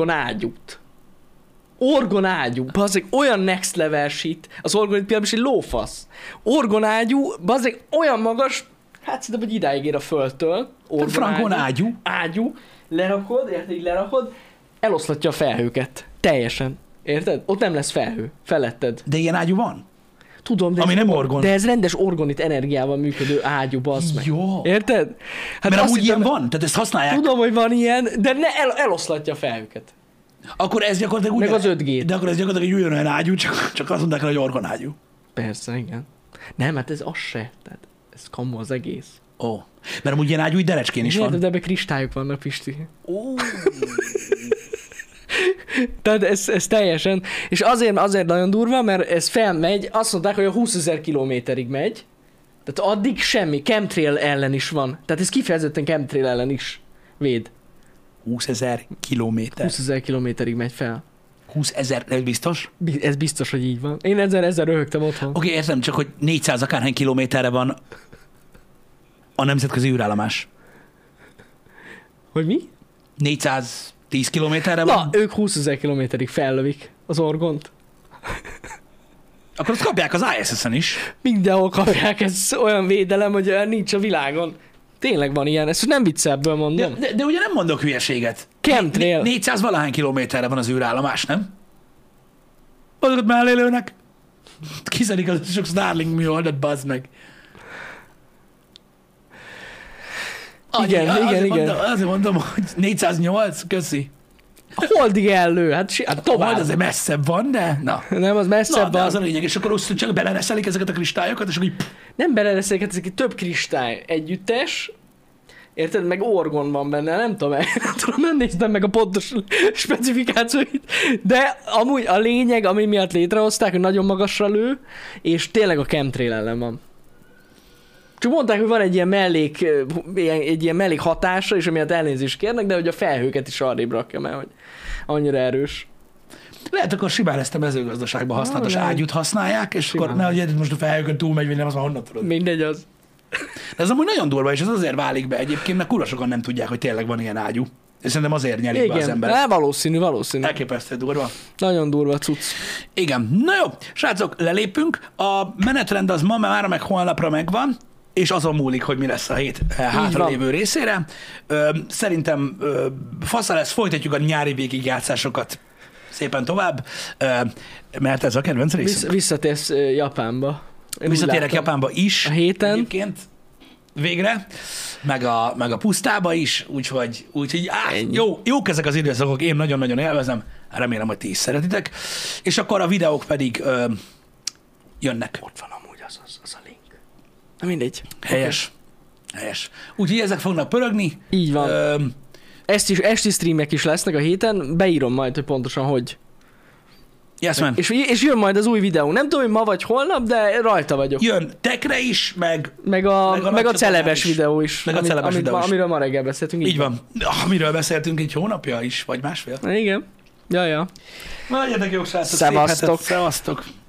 Orgonágyú. Bazd meg, olyan next level shit. Az orgonit például is egy lófasz. Orgonágyú, bazd meg, olyan magas, hát szerintem, hogy idáig ér a földtől. Frankon ágyú. Ágyú. Lerakod, érted, így lerakod, eloszlatja a felhőket. Teljesen. Érted? Ott nem lesz felhő. Feletted. De ilyen ágyú van? Tudom, de Ami ez nem orgon. De ez rendes orgonit energiával működő ágyú, bazd meg. Jó. Érted? Hát Mert azt amúgy ilyen hittem- van, tehát ezt használják. Tudom, hogy van ilyen, de eloszlatja a felhőket. Akkor ez gyakorlatilag Meg az 5G-t. De akkor ez gyakorlatilag egy ugyanolyan ágyú, csak azt mondták, hogy orgon ágyú. Persze, igen. Nem, hát ez az se. Tehát ez kamu az egész. Ó. Mert amúgy ilyen ágyú így derecskén is Érted, van. de ebbe kristályok vannak, Pisti. Ó. Tehát ez teljesen. És azért nagyon durva, mert ez felmegy, azt mondták, hogy a 20 000 kilométerig megy. Tehát addig semmi. Chemtrail ellen is van. Tehát ez kifejezetten chemtrail ellen is véd. 20 000 kilométer. 20 000 kilométerig megy fel. 20 000, ez biztos? Ez biztos, hogy így van. Én ezzel röhögtem otthon. Oké, értem, csak hogy 400 akárhány kilométerre van a nemzetközi űrállomás. Hogy mi? 410 kilométerre van? Na, ők 20 000 kilométerig fellövik az orgont. Akkor azt kapják az ISS-en is. Mindenhol kapják, ez olyan védelem, hogy olyan nincs a világon. Tényleg van ilyen, ezt nem viccelből mondom. De ugye nem mondok hülyeséget. Chemtrail. 400 valahány kilométerre van az űrállomás, nem? Azokat mellélőnek. Kiszedik az sok Starlink műholdat, bazd meg. Igen. Azért mondom, hogy 408, köszi. Holdig ellő, hát tovább. Hold azért messzebb van, de na. Nem, az messzebb De van. az a lényeg, és akkor azt csak belereszelik ezeket a kristályokat, és akkor így... Nem beleleszek, hát ezek több kristály együttes, érted? Meg orgon van benne, nem tudom, nem néztem meg a pontos specifikációit, de amúgy a lényeg, ami miatt létrehozták, hogy nagyon magasra lő, és tényleg a chemtrail ellen van. Csak mondták, hogy van egy ilyen mellék hatása, és amiatt elnézést kérnek, de hogy a felhőket is arrébb rakja, mert hogy annyira erős. Lehet, akkor simán ezt a mezőgazdaságban használatos ágyút használják, és simán. akkor nehogy most a felhőkön túlmegy, vagy nem, az már honnan tudod. Mindegy az. De ez amúgy nagyon durva, és ez azért válik be egyébként, mert kurva sokan nem tudják, hogy tényleg van ilyen ágyú. És szerintem azért nyerik be az emberek. Igen, valószínű. Elképesztő durva. Nagyon durva cucc. Igen. Na jó, srácok, lelépünk. A menetrend az ma, már meg holnapra megvan, és azon múlik, hogy mi lesz a hét hátralévő részére. Szerintem fasza lesz, folytatjuk a nyári végigjátszásokat szépen tovább, mert ez a kedvenc rész. Visszatérsz Japánba. Visszatérek Japánba is. A héten. Egyébként végre, meg a pusztába is, úgyhogy jók ezek az időszakok, én nagyon-nagyon élvezem, remélem, hogy ti is szeretitek, és akkor a videók pedig jönnek. Ott van amúgy az a link. Na mindegy. Helyes. Úgyhogy ezek fognak pörögni. Így van. Esti streamek is lesznek a héten, beírom majd, hogy pontosan hogy. Yes, man. És jön majd az új videó. Nem tudom, hogy ma vagy holnap, de rajta vagyok. Jön tekre is, meg a celebes videó is. Meg a celebes videó is. Amiről ma reggel beszéltünk. Így van. Amiről beszéltünk egy hónapja is, vagy másfél. Igen. Ja. Na, legyetek jók, srácok. Szevasztok. Szevasztok.